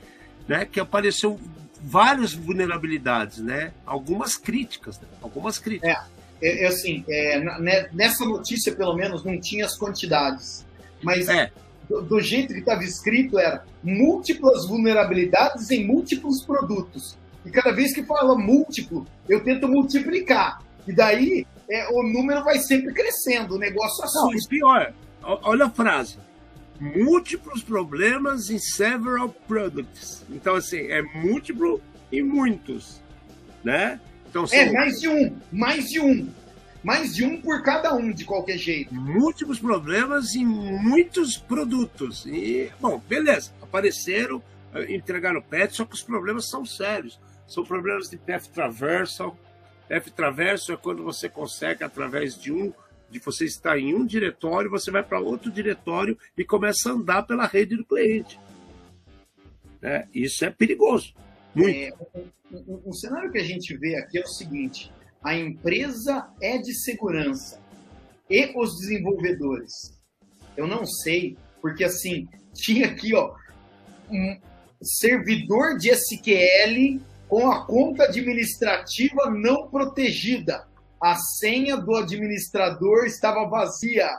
né? Que apareceu várias vulnerabilidades, né? Algumas críticas, né? Algumas críticas. É, é assim, é, nessa notícia, pelo menos, não tinha as quantidades. Mas é. do, do jeito que estava escrito, era múltiplas vulnerabilidades em múltiplos produtos. E cada vez que fala múltiplo, eu tento multiplicar. E daí... É, o número vai sempre crescendo, o negócio assusta. Não, e pior, olha a frase. Múltiplos problemas em several products. Então, assim, é múltiplo em muitos, né? Então, são... É, mais de um, mais de um. Mais de um por cada um, de qualquer jeito. Múltiplos problemas em muitos produtos. E, bom, beleza, apareceram, entregaram o patch, só que os problemas são sérios. São problemas de path traversal. Path traversal é quando você consegue, através de um, de você estar em um diretório, você vai para outro diretório e começa a andar pela rede do cliente. É, isso é perigoso. Muito. É, um, um, um cenário que a gente vê aqui é o seguinte: a empresa é de segurança e os desenvolvedores. Eu não sei, porque assim, tinha aqui, ó, um servidor de S Q L com a conta administrativa não protegida. A senha do administrador estava vazia.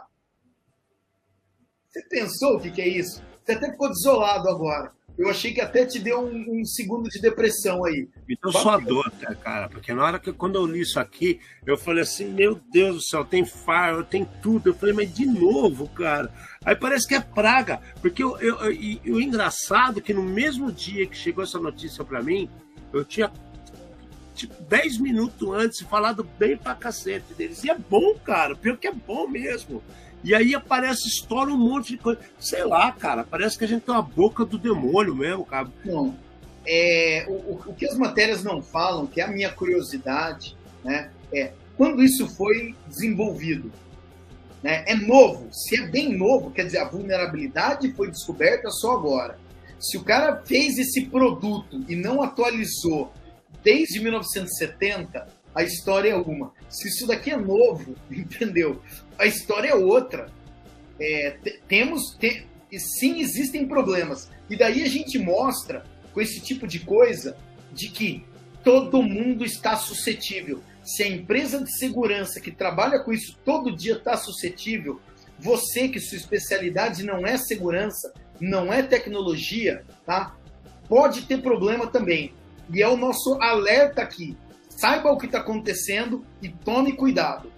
Você pensou o que, que é isso? Você até ficou desolado agora. Eu achei que até te deu um, um segundo de depressão aí. Então só dor, cara, porque na hora que quando eu li isso aqui, eu falei assim, meu Deus do céu, tem firewall, tem tudo. Eu falei, mas de novo, cara. Aí parece que é praga, porque eu, eu, eu, e, e o engraçado é que no mesmo dia que chegou essa notícia pra mim, eu tinha tipo dez minutos antes falado bem pra cacete deles. E é bom, cara, pior que é bom mesmo. E aí aparece, estoura um monte de coisa. Sei lá, cara, parece que a gente tem uma boca do demônio mesmo, cara. Não. É, o, o que as matérias não falam, que é a minha curiosidade, né, é quando isso foi desenvolvido. Né, é novo. Se é bem novo, quer dizer, a vulnerabilidade foi descoberta só agora. Se o cara fez esse produto e não atualizou desde mil novecentos e setenta, a história é uma. Se isso daqui é novo, entendeu? A história é outra. É, temos, te, sim, existem problemas. E daí a gente mostra, com esse tipo de coisa, de que todo mundo está suscetível. Se a empresa de segurança que trabalha com isso todo dia está suscetível, você que sua especialidade não é segurança, não é tecnologia, tá? Pode ter problema também. E é o nosso alerta aqui. Saiba o que está acontecendo e tome cuidado.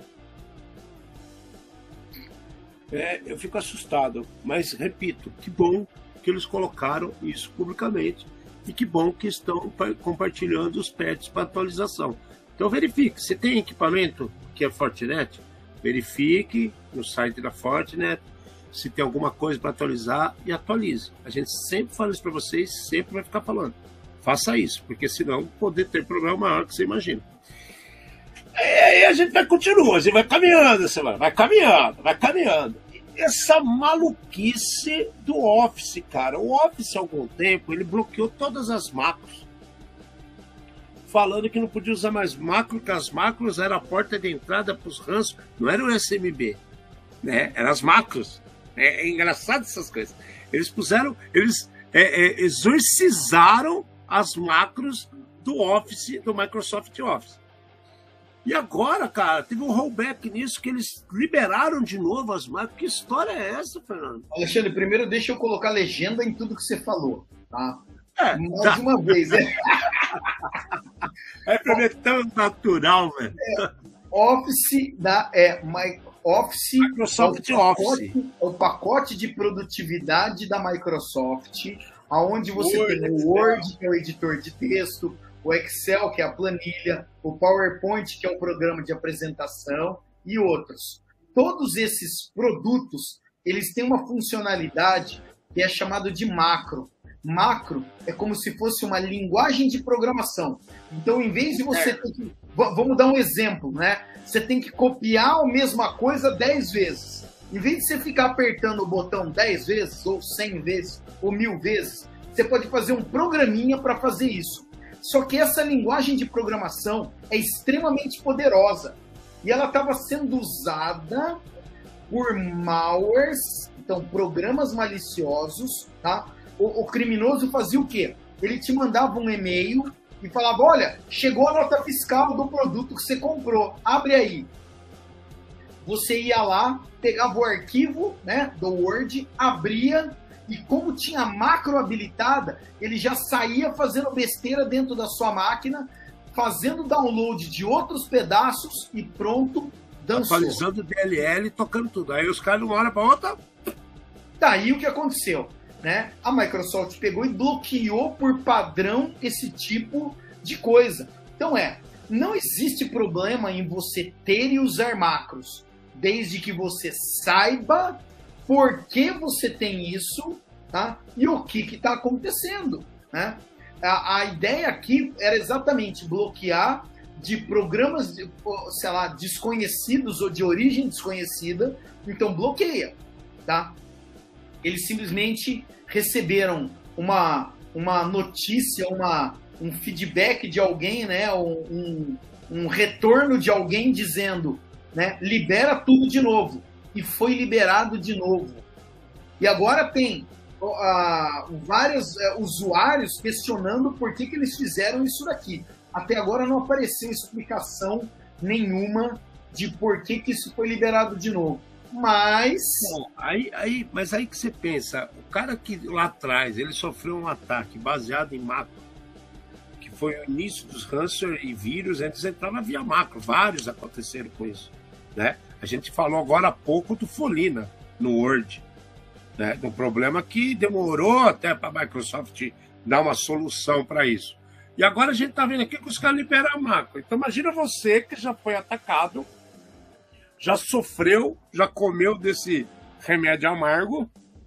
É, eu fico assustado, mas repito, que bom que eles colocaram isso publicamente e que bom que estão compartilhando os patches para atualização. Então verifique, se tem equipamento que é Fortinet, verifique no site da Fortinet se tem alguma coisa para atualizar e atualize. A gente sempre fala isso para vocês, sempre vai ficar falando. Faça isso, porque senão poder ter problema maior que você imagina. E aí a gente vai continuar, a gente vai caminhando, você vai, vai caminhando, vai caminhando. E essa maluquice do Office, cara. O Office, há algum tempo, ele bloqueou todas as macros. Falando que não podia usar mais macro, que as macros eram a porta de entrada para os ranços. Não era o S M B, né? Eram as macros. É, é engraçado essas coisas. Eles puseram, eles é, é, exorcizaram as macros do Office, do Microsoft Office. E agora, cara, teve um rollback nisso, que eles liberaram de novo as macros. Que história é essa, Fernando? Alexandre, primeiro deixa eu colocar legenda em tudo que você falou, tá? É, Mais tá. uma vez, é. É pra mim tão natural, velho. É, Office da é, My, Office Microsoft é o pacote, Office. é o pacote de produtividade da Microsoft, aonde você Word, tem o Word, que é o editor de texto, o Excel, que é a planilha, o PowerPoint, que é o programa de apresentação, e outros. Todos esses produtos, eles têm uma funcionalidade que é chamada de macro. Macro é como se fosse uma linguagem de programação. Então, em vez de você ter que... Vamos dar um exemplo, né? Você tem que copiar a mesma coisa dez vezes. Em vez de você ficar apertando o botão dez vezes, ou cem vezes, ou mil vezes, você pode fazer um programinha para fazer isso. Só que essa linguagem de programação é extremamente poderosa. E ela estava sendo usada por malwares, então programas maliciosos, tá? O, o criminoso fazia o quê? Ele te mandava um e-mail e falava, olha, chegou a nota fiscal do produto que você comprou, abre aí. Você ia lá, pegava o arquivo, né, do Word, abria, e como tinha macro habilitada, ele já saía fazendo besteira dentro da sua máquina, fazendo download de outros pedaços e pronto, dançou. Atualizando o D L L, tocando tudo. Aí os caras de uma hora para outra... Daí o que aconteceu? Né? A Microsoft pegou e bloqueou por padrão esse tipo de coisa. Então é, não existe problema em você ter e usar macros, desde que você saiba por que você tem isso, tá? E o que está acontecendo, né? A, a ideia aqui era exatamente bloquear de programas, de, sei lá, desconhecidos ou de origem desconhecida, então bloqueia, tá? Eles simplesmente receberam uma, uma notícia, uma, um feedback de alguém, né? um, um, um retorno de alguém dizendo, né? Libera tudo de novo. E foi liberado de novo. E agora tem uh, vários uh, usuários questionando por que, que eles fizeram isso daqui. Até agora não apareceu explicação nenhuma de por que, que isso foi liberado de novo. Mas... Bom, aí, aí, mas aí que você pensa, o cara que lá atrás ele sofreu um ataque baseado em macro, que foi o início dos ransomware e vírus, eles entraram via macro, vários aconteceram com isso, né? A gente falou agora há pouco do Folina no Word, né? Do problema que demorou até para a Microsoft dar uma solução para isso. E agora a gente está vendo aqui que os caras liberam macro. Então imagina você que já foi atacado, já sofreu, já comeu desse remédio amargo,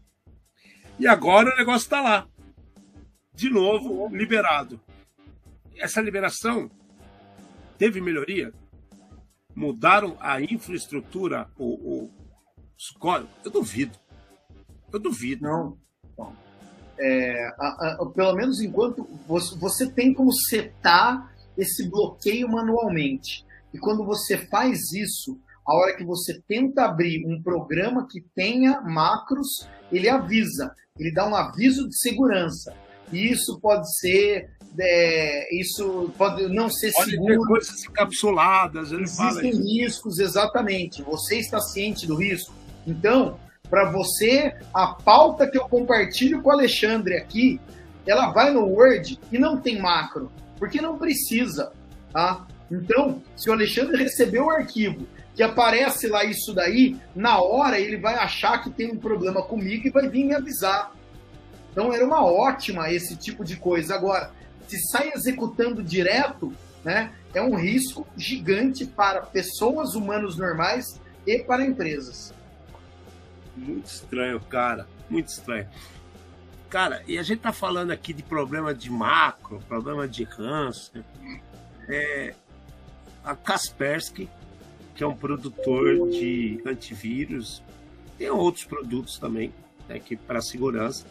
e agora o negócio está lá, de novo, liberado. Essa liberação teve melhoria? Mudaram a infraestrutura, o, o, os códigos? Eu duvido. Eu duvido. Não. Bom, é, a, a, pelo menos enquanto você, você tem como setar esse bloqueio manualmente. E quando você faz isso, a hora que você tenta abrir um programa que tenha macros, ele avisa, ele dá um aviso de segurança. E isso pode ser, é, isso pode não ser pode seguro. Ter coisas encapsuladas, ele Existem fala isso. riscos, exatamente. Você está ciente do risco. Então, para você, a pauta que eu compartilho com o Alexandre aqui, ela vai no Word e não tem macro, porque não precisa, tá? Então, se o Alexandre recebeu o arquivo que aparece lá isso daí, na hora ele vai achar que tem um problema comigo e vai vir me avisar. Então era uma ótima esse tipo de coisa. Agora, se sai executando direto, né, é um risco gigante para pessoas, humanos normais e para empresas. Muito estranho, cara. Muito estranho. Cara, e a gente tá falando aqui de problema de macro, problema de câncer. É, a Kaspersky, que é um produtor de antivírus, tem outros produtos também, né, que para segurança.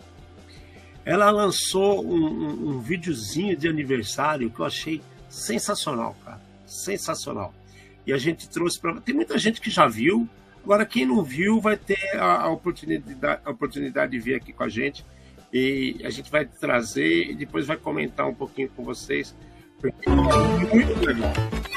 Ela lançou um, um, um videozinho de aniversário que eu achei sensacional, cara, sensacional. E a gente trouxe para... Tem muita gente que já viu, agora quem não viu vai ter a, a, oportunidade, a oportunidade de ver aqui com a gente, e a gente vai trazer e depois vai comentar um pouquinho com vocês, porque é muito legal.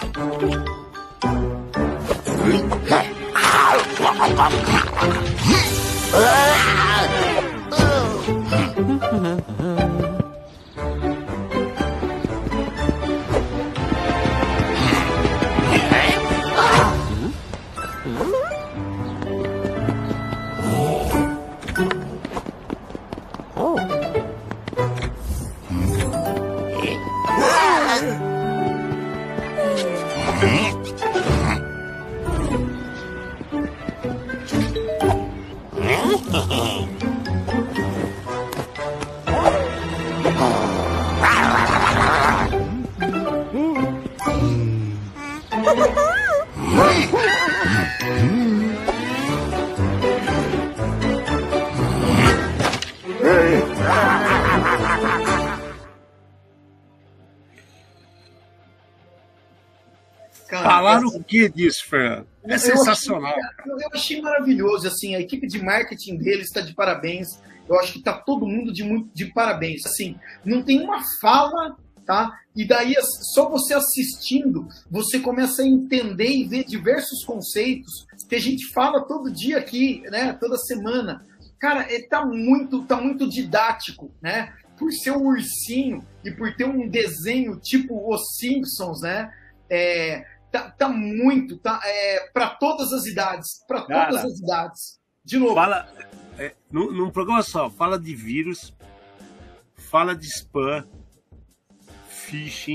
Falaram o que disso, Fernando? É sensacional. Eu achei, eu achei maravilhoso, assim, a equipe de marketing deles está de parabéns. Eu acho que está todo mundo de, muito, de parabéns. Assim, não tem uma fala, tá? E daí, só você assistindo, você começa a entender e ver diversos conceitos que a gente fala todo dia aqui, né? Toda semana. Cara, é, tá muito, tá muito didático, né? Por ser um ursinho e por ter um desenho tipo Os Simpsons, né? É, tá, tá muito, tá, é, para todas as idades, para todas as idades. De novo. Fala, é, num, num programa só, fala de vírus, fala de spam, phishing,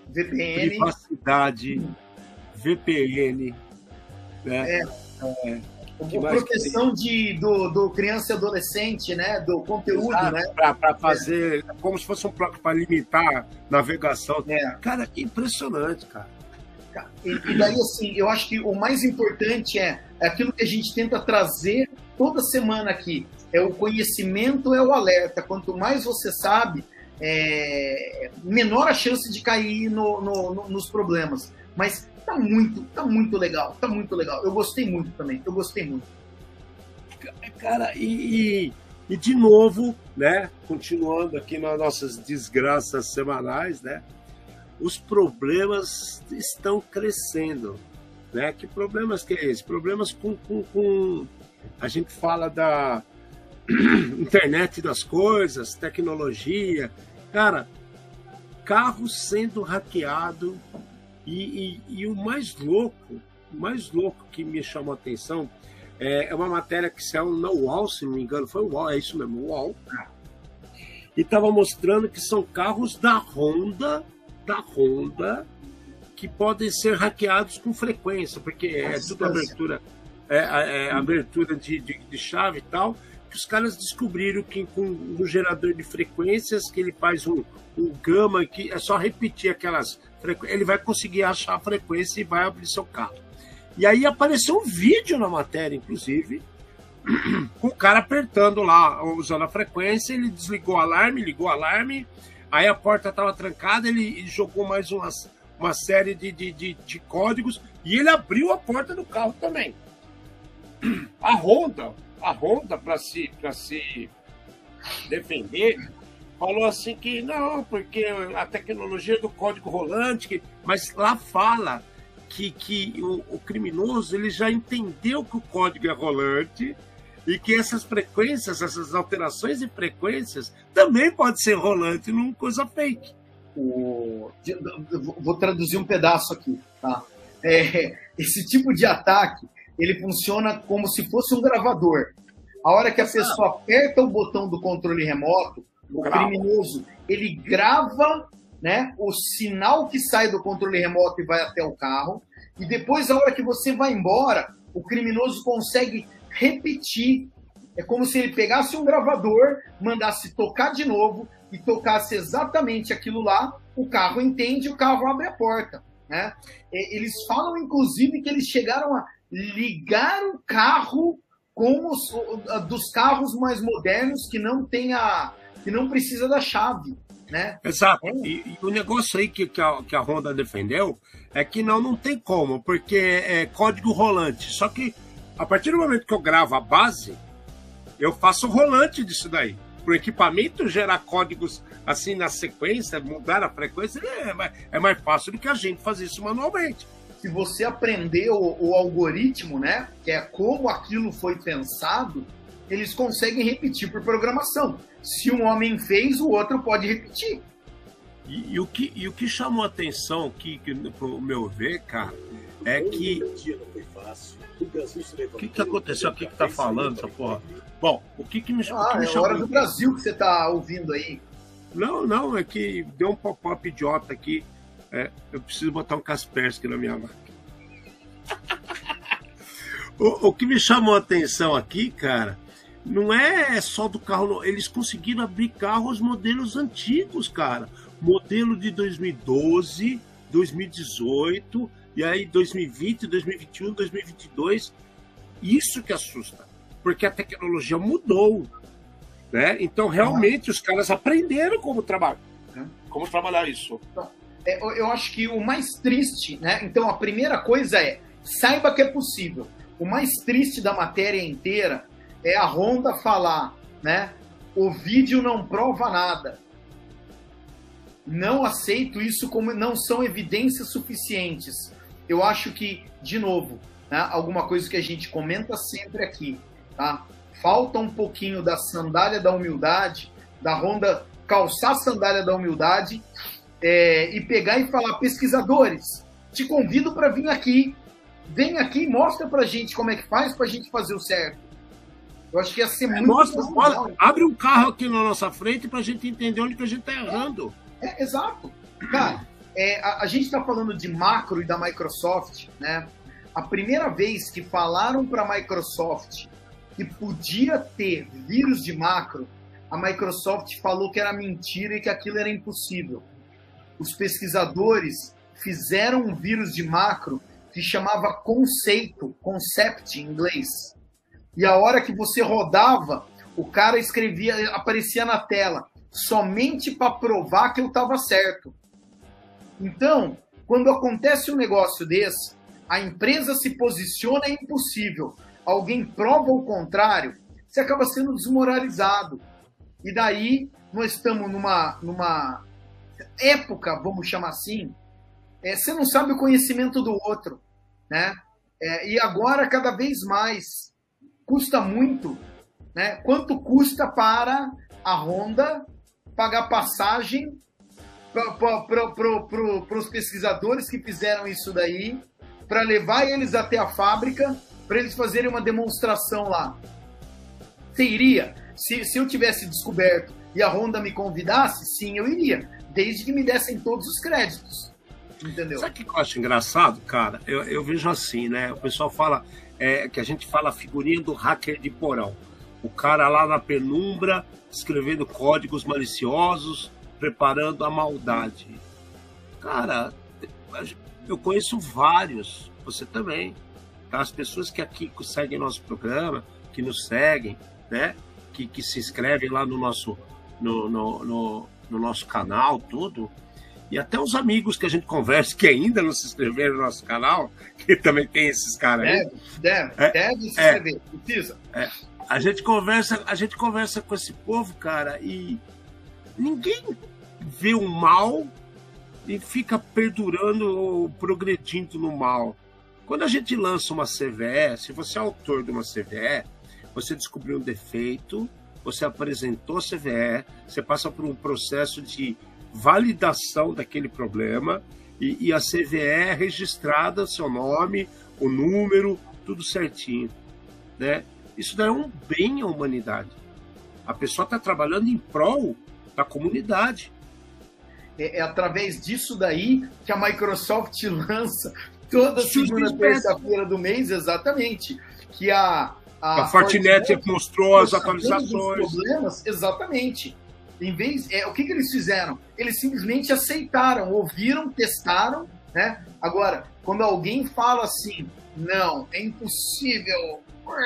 V P N. Privacidade, V P N, né? É. É. Proteção de, do, do criança e adolescente, né? Do conteúdo, Exato, né? Para fazer, é. como se fosse um para limitar navegação. É. Cara, que impressionante, cara. E, e daí, assim, eu acho que o mais importante é, é aquilo que a gente tenta trazer toda semana aqui. É o conhecimento, é o alerta. Quanto mais você sabe, é, menor a chance de cair no, no, no, nos problemas. Mas tá muito, tá muito legal, tá muito legal. Eu gostei muito também, eu gostei muito. Cara, e, e, e de novo, né, continuando aqui nas nossas desgraças semanais, né, os problemas estão crescendo, né? Que problemas que é esse? Problemas com, com, com... a gente fala da internet das coisas, tecnologia, cara, carro sendo hackeado. E, e, e o mais louco, o mais louco que me chamou a atenção é, é uma matéria que saiu na U O L, se não me engano, foi o U O L, é isso mesmo, U O L. E estava mostrando que são carros da Honda, da Honda, que podem ser hackeados com frequência, porque é tudo abertura, é, é, é abertura de, de, de chave e tal, que os caras descobriram que com um gerador de frequências, que ele faz um, um gama, que é só repetir aquelas frequências, ele vai conseguir achar a frequência e vai abrir seu carro. E aí apareceu um vídeo na matéria, inclusive, com o cara apertando lá, usando a frequência, ele desligou o alarme, ligou o alarme, aí a porta estava trancada, ele jogou mais umas, uma série de, de, de, de códigos e ele abriu a porta do carro também. A Honda, a Honda para se, para se defender, falou assim que não, porque a tecnologia do código rolante, que... mas lá fala que, que o, o criminoso ele já entendeu que o código é rolante e que essas frequências, essas alterações de frequências também pode ser rolante numa coisa fake. O... Vou traduzir um pedaço aqui, tá? É, esse tipo de ataque, ele funciona como se fosse um gravador. A hora que a pessoa aperta o botão do controle remoto, o Grava. criminoso, ele grava, né, o sinal que sai do controle remoto e vai até o carro, e depois, a hora que você vai embora, o criminoso consegue repetir. É como se ele pegasse um gravador, mandasse tocar de novo e tocasse exatamente aquilo lá, o carro entende, o carro abre a porta, né? Eles falam, inclusive, que eles chegaram a ligar o carro com os dos carros mais modernos que não tem a, que não precisa da chave, né? Exato. E, e o negócio aí que, que, a, que a Honda defendeu é que não, não tem como, porque é código rolante. Só que a partir do momento que eu gravo a base, eu faço rolante disso daí. Para o equipamento gerar códigos assim na sequência, mudar a frequência, é mais, é mais fácil do que a gente fazer isso manualmente. Se você aprender o, o algoritmo, né, que é como aquilo foi pensado, eles conseguem repetir por programação. Se um homem fez, o outro pode repetir. E, e, o, que, e o que chamou a atenção, que, que, pro meu ver, cara, é que... O que, que aconteceu? O que que tá falando essa porra? Bom, o que que me, ah, que me é chamou... a hora do Brasil que você tá ouvindo aí. Não, não, é que deu um pop-up idiota aqui. É, eu preciso botar um Kaspersky na minha máquina. o, o que me chamou a atenção aqui, cara, não é só do carro. Eles conseguiram abrir carros modelos antigos, cara. Modelo de dois mil e doze, dois mil e dezoito, e aí dois mil e vinte, dois mil e vinte e um, dois mil e vinte e dois. Isso que assusta, porque a tecnologia mudou, né? Então, realmente, os caras aprenderam como trabalhar, como trabalhar isso. Eu acho que o mais triste, né? Então, a primeira coisa é, saiba que é possível. O mais triste da matéria inteira é a Honda falar, né? O vídeo não prova nada. Não aceito isso como não são evidências suficientes. Eu acho que, de novo, né, alguma coisa que a gente comenta sempre aqui, tá? Falta um pouquinho da sandália da humildade, da Honda calçar a sandália da humildade é, e pegar e falar, pesquisadores, te convido para vir aqui, vem aqui e mostra pra gente como é que faz pra gente fazer o certo. Eu acho que ia ser é, muito mostra, mostra, abre um carro aqui na nossa frente pra gente entender onde que a gente tá errando. É, é exato. Cara, é, a, a gente está falando de macro e da Microsoft, né? A primeira vez que falaram para a Microsoft que podia ter vírus de macro, a Microsoft falou que era mentira e que aquilo era impossível. Os pesquisadores fizeram um vírus de macro que chamava conceito, concept em inglês. E a hora que você rodava, o cara escrevia, aparecia na tela, somente para provar que eu estava certo. Então, quando acontece um negócio desse, a empresa se posiciona, é impossível. Alguém prova o contrário, você acaba sendo desmoralizado. E daí, nós estamos numa, numa época, vamos chamar assim, é, você não sabe o conhecimento do outro, né? É, e agora, cada vez mais, custa muito, né? Quanto custa para a Honda pagar passagem para os pesquisadores que fizeram isso daí, para levar eles até a fábrica, para eles fazerem uma demonstração lá? Você iria? Se, se eu tivesse descoberto e a Honda me convidasse, sim, eu iria, desde que me dessem todos os créditos. Entendeu? Sabe o que eu acho engraçado, cara? Eu, eu vejo assim, né? O pessoal fala é, que a gente fala a figurinha do hacker de porão. O cara lá na penumbra, escrevendo códigos maliciosos, preparando a maldade. Cara, eu conheço vários, você também. As pessoas que aqui seguem nosso programa, que nos seguem, né? Que, que se inscrevem lá no nosso, no, no, no, no nosso canal, tudo. E até os amigos que a gente conversa, que ainda não se inscreveram no nosso canal, que também tem esses caras aí. Deve, deve, é, deve se é, inscrever, precisa. É, a gente conversa, a gente conversa com esse povo, cara, e ninguém vê o mal e fica perdurando ou progredindo no mal. Quando a gente lança uma C V E, se você é autor de uma C V E, você descobriu um defeito, você apresentou a C V E, você passa por um processo de validação daquele problema e, e a C V E é registrada, seu nome, o número, tudo certinho, né? Isso daí é um bem à humanidade. A pessoa está trabalhando em prol da comunidade. É, é através disso daí que a Microsoft lança toda segunda e terça-feira do mês, exatamente, que a a, a Fortinet, Fortinet mostrou as atualizações. Problemas, exatamente. Em vez, é, o que, que eles fizeram? Eles simplesmente aceitaram, ouviram, testaram, né? Agora, quando alguém fala assim, não, é impossível,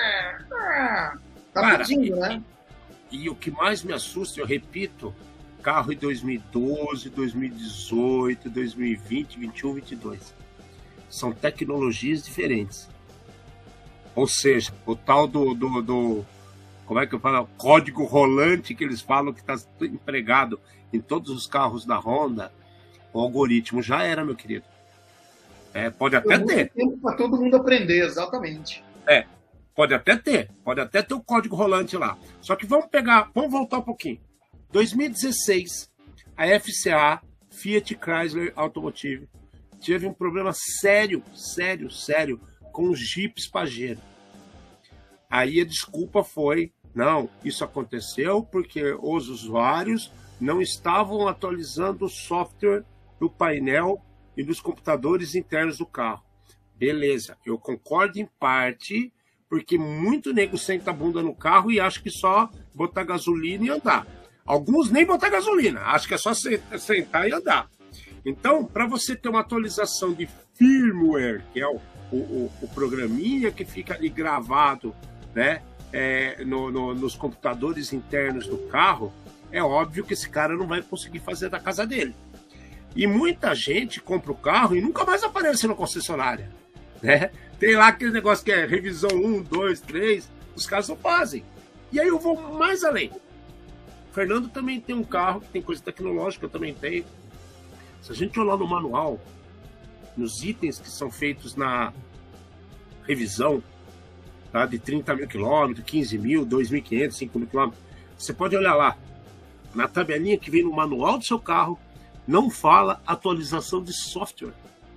tá Cara, pedindo, né? E, e o que mais me assusta, eu repito, carro em dois mil e doze, dois mil e dezoito, dois mil e vinte, vinte e um, vinte e dois. São tecnologias diferentes. Ou seja, o tal do, do, do como é que eu falo? Código rolante que eles falam que está empregado em todos os carros da Honda, o algoritmo já era, meu querido. É, pode até ter. Tempo para todo mundo aprender, exatamente. É, pode até ter. Pode até ter o código rolante lá. Só que vamos pegar, vamos voltar um pouquinho. dois mil e dezesseis, a F C A, Fiat Chrysler Automotive, teve um problema sério, sério, sério, com os Jeeps Pajero. Aí a desculpa foi, não, isso aconteceu porque os usuários não estavam atualizando o software do painel e dos computadores internos do carro. Beleza, eu concordo em parte, porque muito nego senta a bunda no carro e acha que só botar gasolina e andar. Alguns nem botar gasolina, acham que é só sentar e andar. Então, para você ter uma atualização de firmware, que é o, o, o programinha que fica ali gravado, né, é, no, no, nos computadores internos do carro, é óbvio que esse cara não vai conseguir fazer da casa dele. E muita gente compra o carro e nunca mais aparece na concessionária, né? Tem lá aquele negócio que é revisão um, dois, três, os caras não fazem. E aí eu vou mais além. O Fernando também tem um carro que tem coisa tecnológica, eu também tenho. Se a gente olhar no manual, nos itens que são feitos na revisão, tá, de trinta mil quilômetros, quinze mil, dois mil e quinhentos, cinco mil quilômetros, você pode olhar lá, na tabelinha que vem no manual do seu carro, não fala atualização de software,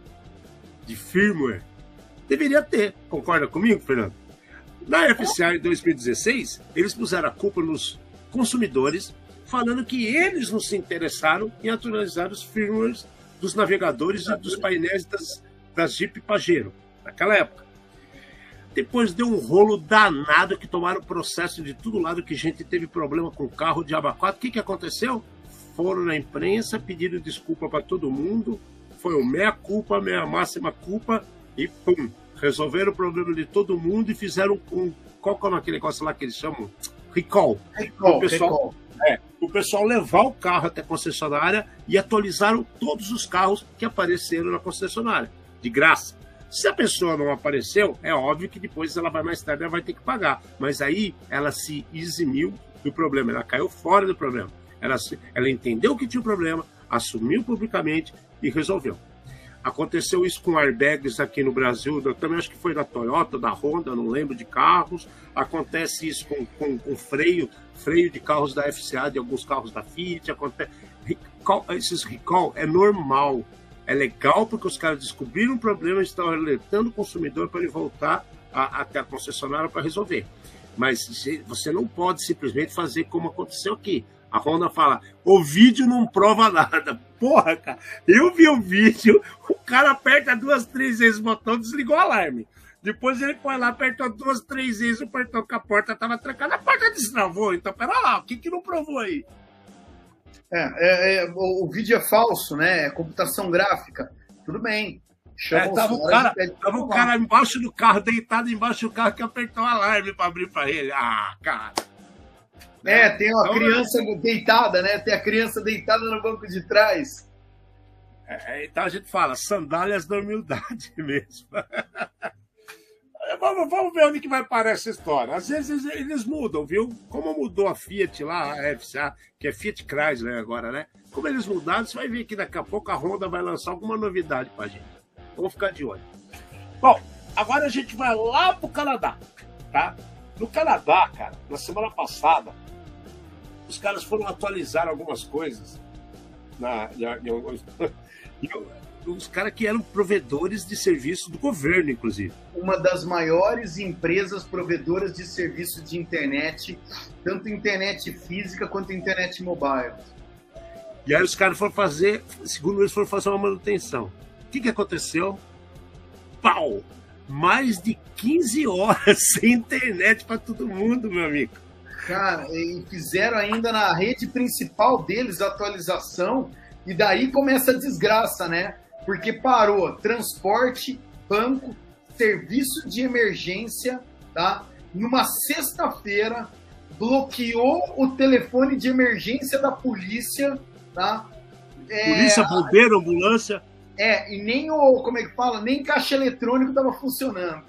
de firmware. Deveria ter, concorda comigo, Fernando? Na F C A em dois mil e dezesseis, eles puseram a culpa nos consumidores, falando que eles não se interessaram em atualizar os firmwares dos navegadores e dos painéis das, das Jeep Pajero, naquela época. Depois deu um rolo danado que tomaram processo de todo lado, que gente teve problema com o carro de aba quatro. O que, que aconteceu? Foram na imprensa, pediram desculpa para todo mundo, foi o meia culpa, meia máxima culpa, e pum, resolveram o problema de todo mundo e fizeram um, qual que é aquele negócio lá que eles chamam? Recall. Recall, o pessoal, recall. É, o pessoal levar o carro até a concessionária e atualizaram todos os carros que apareceram na concessionária, de graça. Se a pessoa não apareceu, é óbvio que depois ela vai mais tarde, ela vai ter que pagar. Mas aí ela se eximiu do problema, ela caiu fora do problema. Ela, ela entendeu que tinha um problema, assumiu publicamente e resolveu. Aconteceu isso com airbags aqui no Brasil, eu também acho que foi da Toyota, da Honda, não lembro, de carros. Acontece isso com, com, com freio, freio de carros da F C A, de alguns carros da Fiat. Acontece... Recall, esses recall é normal. É legal porque os caras descobriram um problema e estão alertando o consumidor para ele voltar a, até a concessionária para resolver. Mas você não pode simplesmente fazer como aconteceu aqui. A Honda fala, o vídeo não prova nada. Porra, cara, eu vi o vídeo, o cara aperta duas, três vezes o botão, desligou o alarme. Depois ele põe lá, apertou duas, três vezes o portão, que a porta estava trancada, a porta destravou. Então, pera lá, o que que não provou aí? É, é, é, o, o vídeo é falso, né? É computação gráfica. Tudo bem. É, tava o cara, tava o cara embaixo do carro, deitado embaixo do carro, que apertou o alarme para abrir para ele. Ah, cara. É, tem uma então, criança é... deitada, né? Tem a criança deitada no banco de trás. É, então a gente fala, sandálias da humildade mesmo. Vamos, vamos ver onde que vai parar essa história. Às vezes eles mudam, viu? Como mudou a Fiat lá, a F C A, que é Fiat Chrysler agora, né? Como eles mudaram, você vai ver que daqui a pouco a Honda vai lançar alguma novidade pra gente. Vamos ficar de olho. Bom, agora a gente vai lá pro Canadá, tá? No Canadá, cara, na semana passada, os caras foram atualizar algumas coisas. Na, em, em, em, os caras que eram provedores de serviço do governo, inclusive. Uma das maiores empresas provedoras de serviço de internet, tanto internet física quanto internet mobile. E aí os caras foram fazer, segundo eles, foram fazer uma manutenção. O que, que aconteceu? Pau! Mais de quinze horas sem internet para todo mundo, meu amigo. Cara, e fizeram ainda na rede principal deles a atualização, e daí começa a desgraça, né? Porque parou transporte, banco, serviço de emergência, tá? Numa sexta-feira, bloqueou o telefone de emergência da polícia, tá? É, polícia, bombeiro, ambulância. É, e nem o, como é que fala? Nem caixa eletrônico estava funcionando.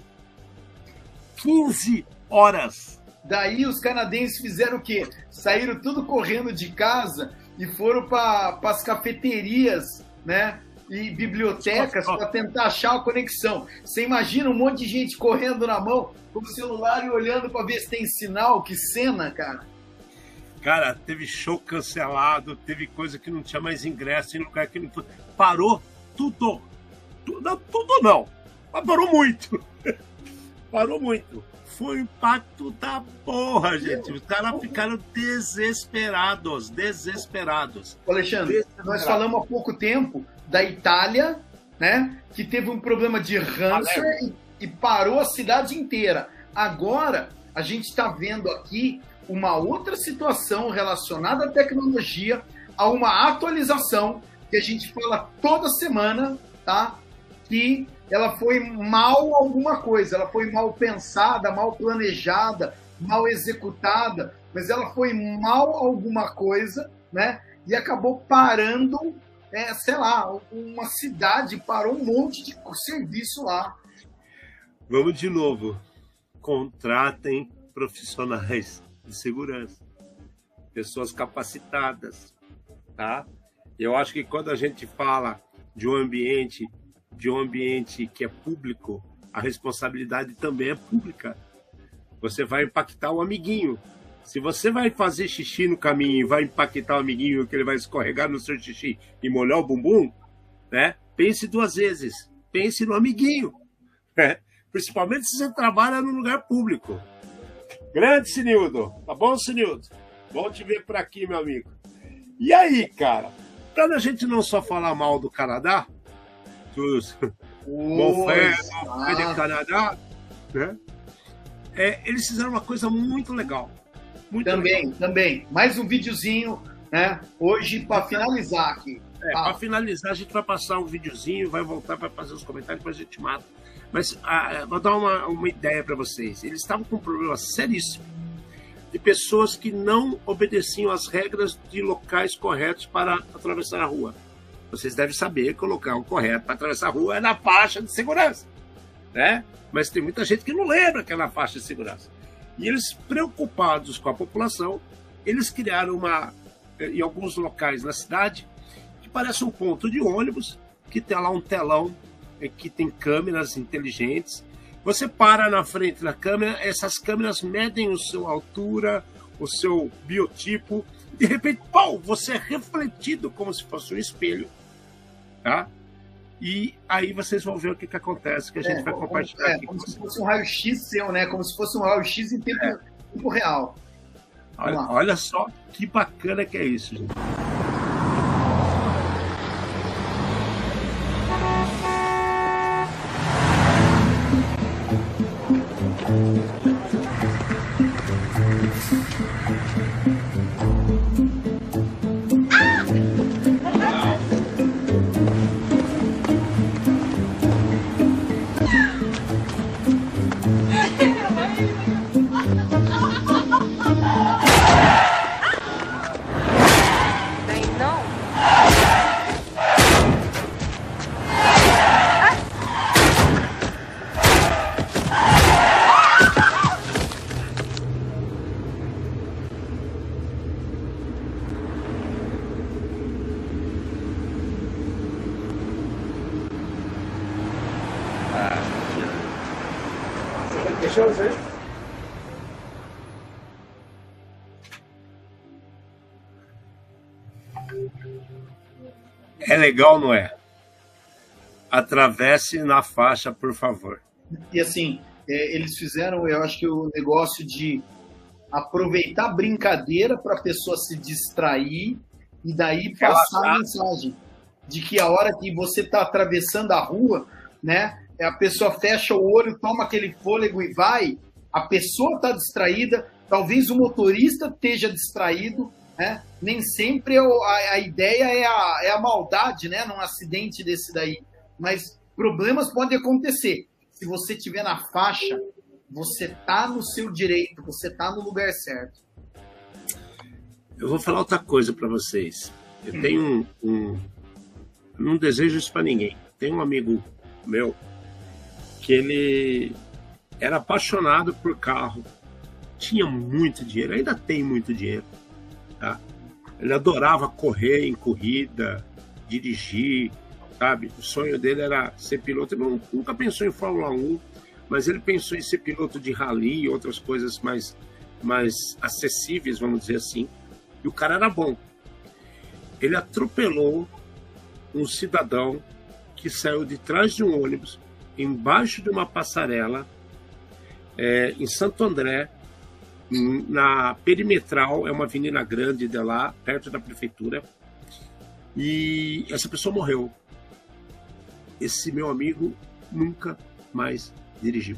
quinze horas. Daí os canadenses fizeram o quê? Saíram tudo correndo de casa e foram para as cafeterias, né? E bibliotecas para tentar achar a conexão. Você imagina um monte de gente correndo na mão com o celular e olhando para ver se tem sinal? Que cena, cara. Cara, teve show cancelado, teve coisa que não tinha mais ingresso, em lugar que não... Parou tudo. Tudo não, tudo não. Mas parou muito. Parou muito. Foi um impacto da porra, gente. Os caras ficaram desesperados, desesperados. Alexandre, desesperados. Nós falamos há pouco tempo da Itália, né, que teve um problema de ransomware e, e parou a cidade inteira. Agora, a gente está vendo aqui uma outra situação relacionada à tecnologia, a uma atualização que a gente fala toda semana, tá? Que ela foi mal alguma coisa, ela foi mal pensada, mal planejada, mal executada, mas ela foi mal alguma coisa, né? E acabou parando, é, sei lá, uma cidade, parou um monte de serviço lá. Vamos de novo. Contratem profissionais de segurança, pessoas capacitadas, tá? Eu acho que quando a gente fala de um ambiente de um ambiente que é público, a responsabilidade também é pública. Você vai impactar o amiguinho. Se você vai fazer xixi no caminho e vai impactar o amiguinho, que ele vai escorregar no seu xixi e molhar o bumbum, né? Pense duas vezes. Pense no amiguinho. Né? Principalmente se você trabalha no lugar público. Grande Sinildo. Tá bom, Sinildo? Bom te ver por aqui, meu amigo. E aí, cara? para a gente não só falar mal do Canadá, dos Pois, Bonfé, do Canadá, né? É, eles fizeram uma coisa muito legal. Muito também, legal. também. Mais um videozinho, né? Hoje, para finalizar aqui. É, ah. Para finalizar, a gente vai passar um videozinho, vai voltar para fazer os comentários, depois a gente mata. Mas ah, vou dar uma, uma ideia para vocês. Eles estavam com um problema seríssimo de pessoas que não obedeciam às regras de locais corretos para atravessar a rua. Vocês devem saber que o local correto para atravessar a rua é na faixa de segurança, né? Mas tem muita gente que não lembra que é na faixa de segurança. E eles, preocupados com a população, eles criaram uma, em alguns locais na cidade, que parece um ponto de ônibus, que tem lá um telão, que tem câmeras inteligentes. Você para na frente da câmera, essas câmeras medem a sua altura, o seu biotipo, de repente, pau, você é refletido como se fosse um espelho, tá? E aí vocês vão ver o que, que acontece, que a gente é, vai compartilhar é, aqui. Como se fosse um raio-x seu, né? Como se fosse um raio-x em tempo, é. tempo real. Olha, olha só que bacana que é isso, gente. É legal, não é? Atravesse na faixa, por favor. E assim, é, eles fizeram, eu acho que o negócio de aproveitar a brincadeira para a pessoa se distrair e daí passar a mensagem de que a hora que você está atravessando a rua, né, a pessoa fecha o olho, toma aquele fôlego e vai, a pessoa está distraída, talvez o motorista esteja distraído, né? Nem sempre a, a ideia é a, é a maldade, né, num acidente desse daí, mas problemas podem acontecer. Se você estiver na faixa, você está no seu direito, você está no lugar certo. Eu vou falar outra coisa para vocês. Eu hum. tenho um, um... Não desejo isso para ninguém. Tem um amigo meu que ele era apaixonado por carro, tinha muito dinheiro, ainda tem muito dinheiro, tá? Ele adorava correr em corrida, dirigir, sabe? O sonho dele era ser piloto. Ele nunca pensou em Fórmula um, mas ele pensou em ser piloto de rally e outras coisas mais, mais acessíveis, vamos dizer assim. E o cara era bom. Ele atropelou um cidadão que saiu de trás de um ônibus, embaixo de uma passarela, é, em Santo André, na Perimetral, é uma avenida grande de lá, perto da prefeitura, e essa pessoa morreu. Esse meu amigo nunca mais dirigiu.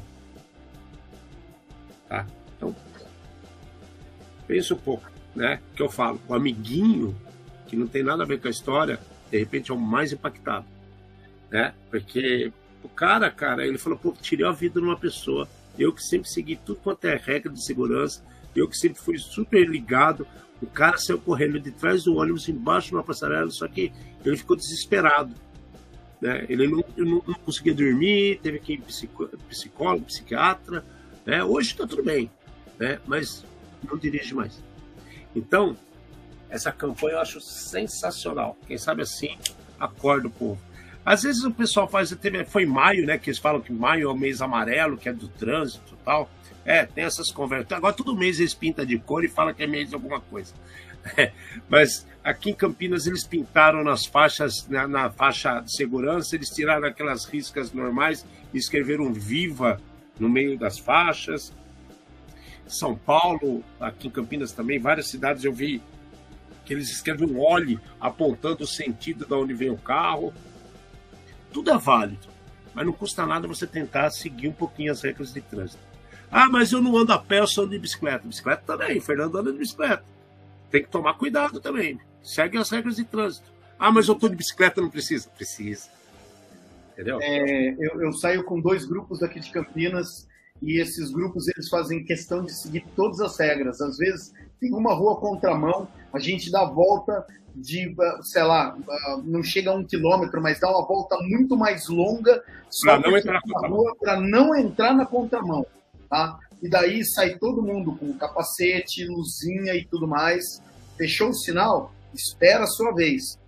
Tá? Então, pensa um pouco, né? Que eu falo, o amiguinho, que não tem nada a ver com a história, de repente é o mais impactado, né? Porque o cara, cara, ele falou, pô, tirei a vida de uma pessoa, eu que sempre segui tudo quanto é regra de segurança, eu que sempre fui super ligado, o cara saiu correndo de trás do ônibus, embaixo de uma passarela, só que ele ficou desesperado, né? Ele não, não, não conseguia dormir, teve que ir psicó, psicólogo, psiquiatra, né? Hoje está tudo bem, né? Mas não dirige mais. Então, essa campanha eu acho sensacional. Quem sabe assim, acorda o povo. Às vezes o pessoal faz, foi maio, né, que eles falam que maio é o mês amarelo, que é do trânsito e tal. É, tem essas conversas. Agora todo mês eles pintam de cor e falam que é mês de alguma coisa. É, mas aqui em Campinas eles pintaram nas faixas, na, na faixa de segurança, eles tiraram aquelas riscas normais e escreveram Viva no meio das faixas. São Paulo, aqui em Campinas também, várias cidades eu vi que eles escrevem um olhe apontando o sentido de onde vem o carro. Tudo é válido, mas não custa nada você tentar seguir um pouquinho as regras de trânsito. Ah, mas eu não ando a pé, eu só ando de bicicleta. Bicicleta também, Fernando anda de bicicleta. Tem que tomar cuidado também. Segue as regras de trânsito. Ah, mas eu estou de bicicleta, não precisa? Precisa. Entendeu? É, eu, eu saio com dois grupos aqui de Campinas e esses grupos eles fazem questão de seguir todas as regras. Às vezes tem uma rua contramão, a gente dá a volta de, sei lá, não chega a um quilômetro, mas dá uma volta muito mais longa para não entrar na rua, para não entrar na contramão, tá? E daí sai todo mundo com capacete, luzinha e tudo mais. Fechou o sinal? Espera a sua vez.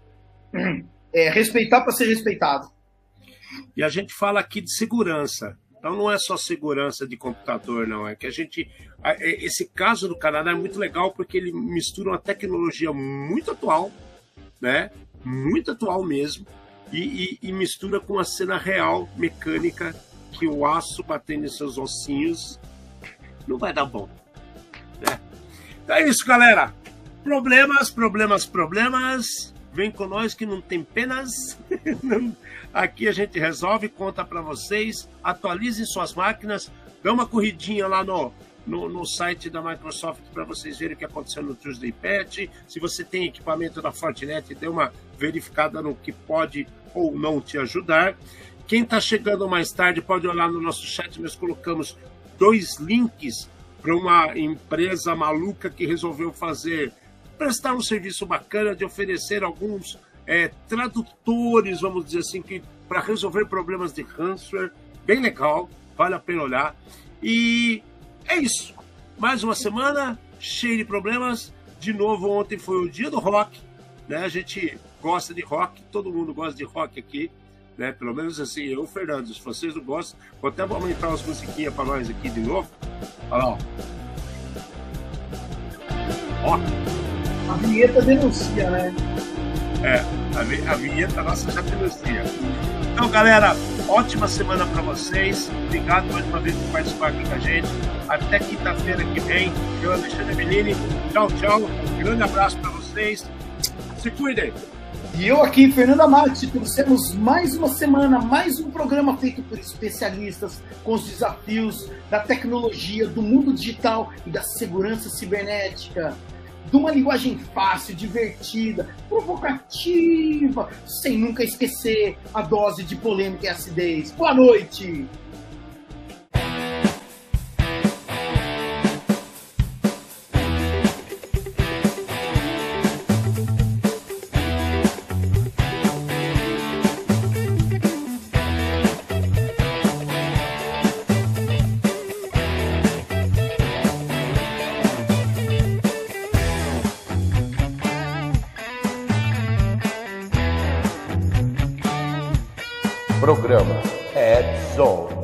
É, respeitar para ser respeitado. E a gente fala aqui de segurança. Então não é só segurança de computador, não. É que a gente... Esse caso do Canadá é muito legal porque ele mistura uma tecnologia muito atual, né? Muito atual mesmo, e, e, e mistura com a cena real, mecânica, que o aço batendo em seus ossinhos não vai dar bom. Né? Então é isso, galera. Problemas, problemas, problemas. Vem com nós que não tem penas. Aqui a gente resolve, conta para vocês. Atualizem suas máquinas. Dá uma corridinha lá no, no, no site da Microsoft para vocês verem o que aconteceu no Tuesday Patch. Se você tem equipamento da Fortinet, dê uma verificada no que pode ou não te ajudar. Quem está chegando mais tarde pode olhar no nosso chat. Nós colocamos dois links para uma empresa maluca que resolveu fazer... prestar um serviço bacana de oferecer alguns é, tradutores, vamos dizer assim, que para resolver problemas de ransomware, bem legal, vale a pena olhar. E é isso, mais uma semana cheia de problemas. De novo, ontem foi o dia do rock, né? A gente gosta de rock, todo mundo gosta de rock aqui, né? Pelo menos assim, eu, Fernando, se vocês não gostam, vou até aumentar umas musiquinhas para nós aqui de novo. Olha lá, ó. Ó. A vinheta denuncia, né? É, a, vi a vinheta nossa já denuncia. Então, galera, ótima semana para vocês. Obrigado mais uma vez por participar aqui com a gente. Até quinta-feira que vem. Eu, Alexandre Bellini. Tchau, tchau. Um grande abraço para vocês. Se cuidem. E eu aqui, Fernanda Marques, trouxemos mais uma semana, mais um programa feito por especialistas com os desafios da tecnologia, do mundo digital e da segurança cibernética. De uma linguagem fácil, divertida, provocativa, sem nunca esquecer a dose de polêmica e acidez. Boa noite! Programa Ed Zone.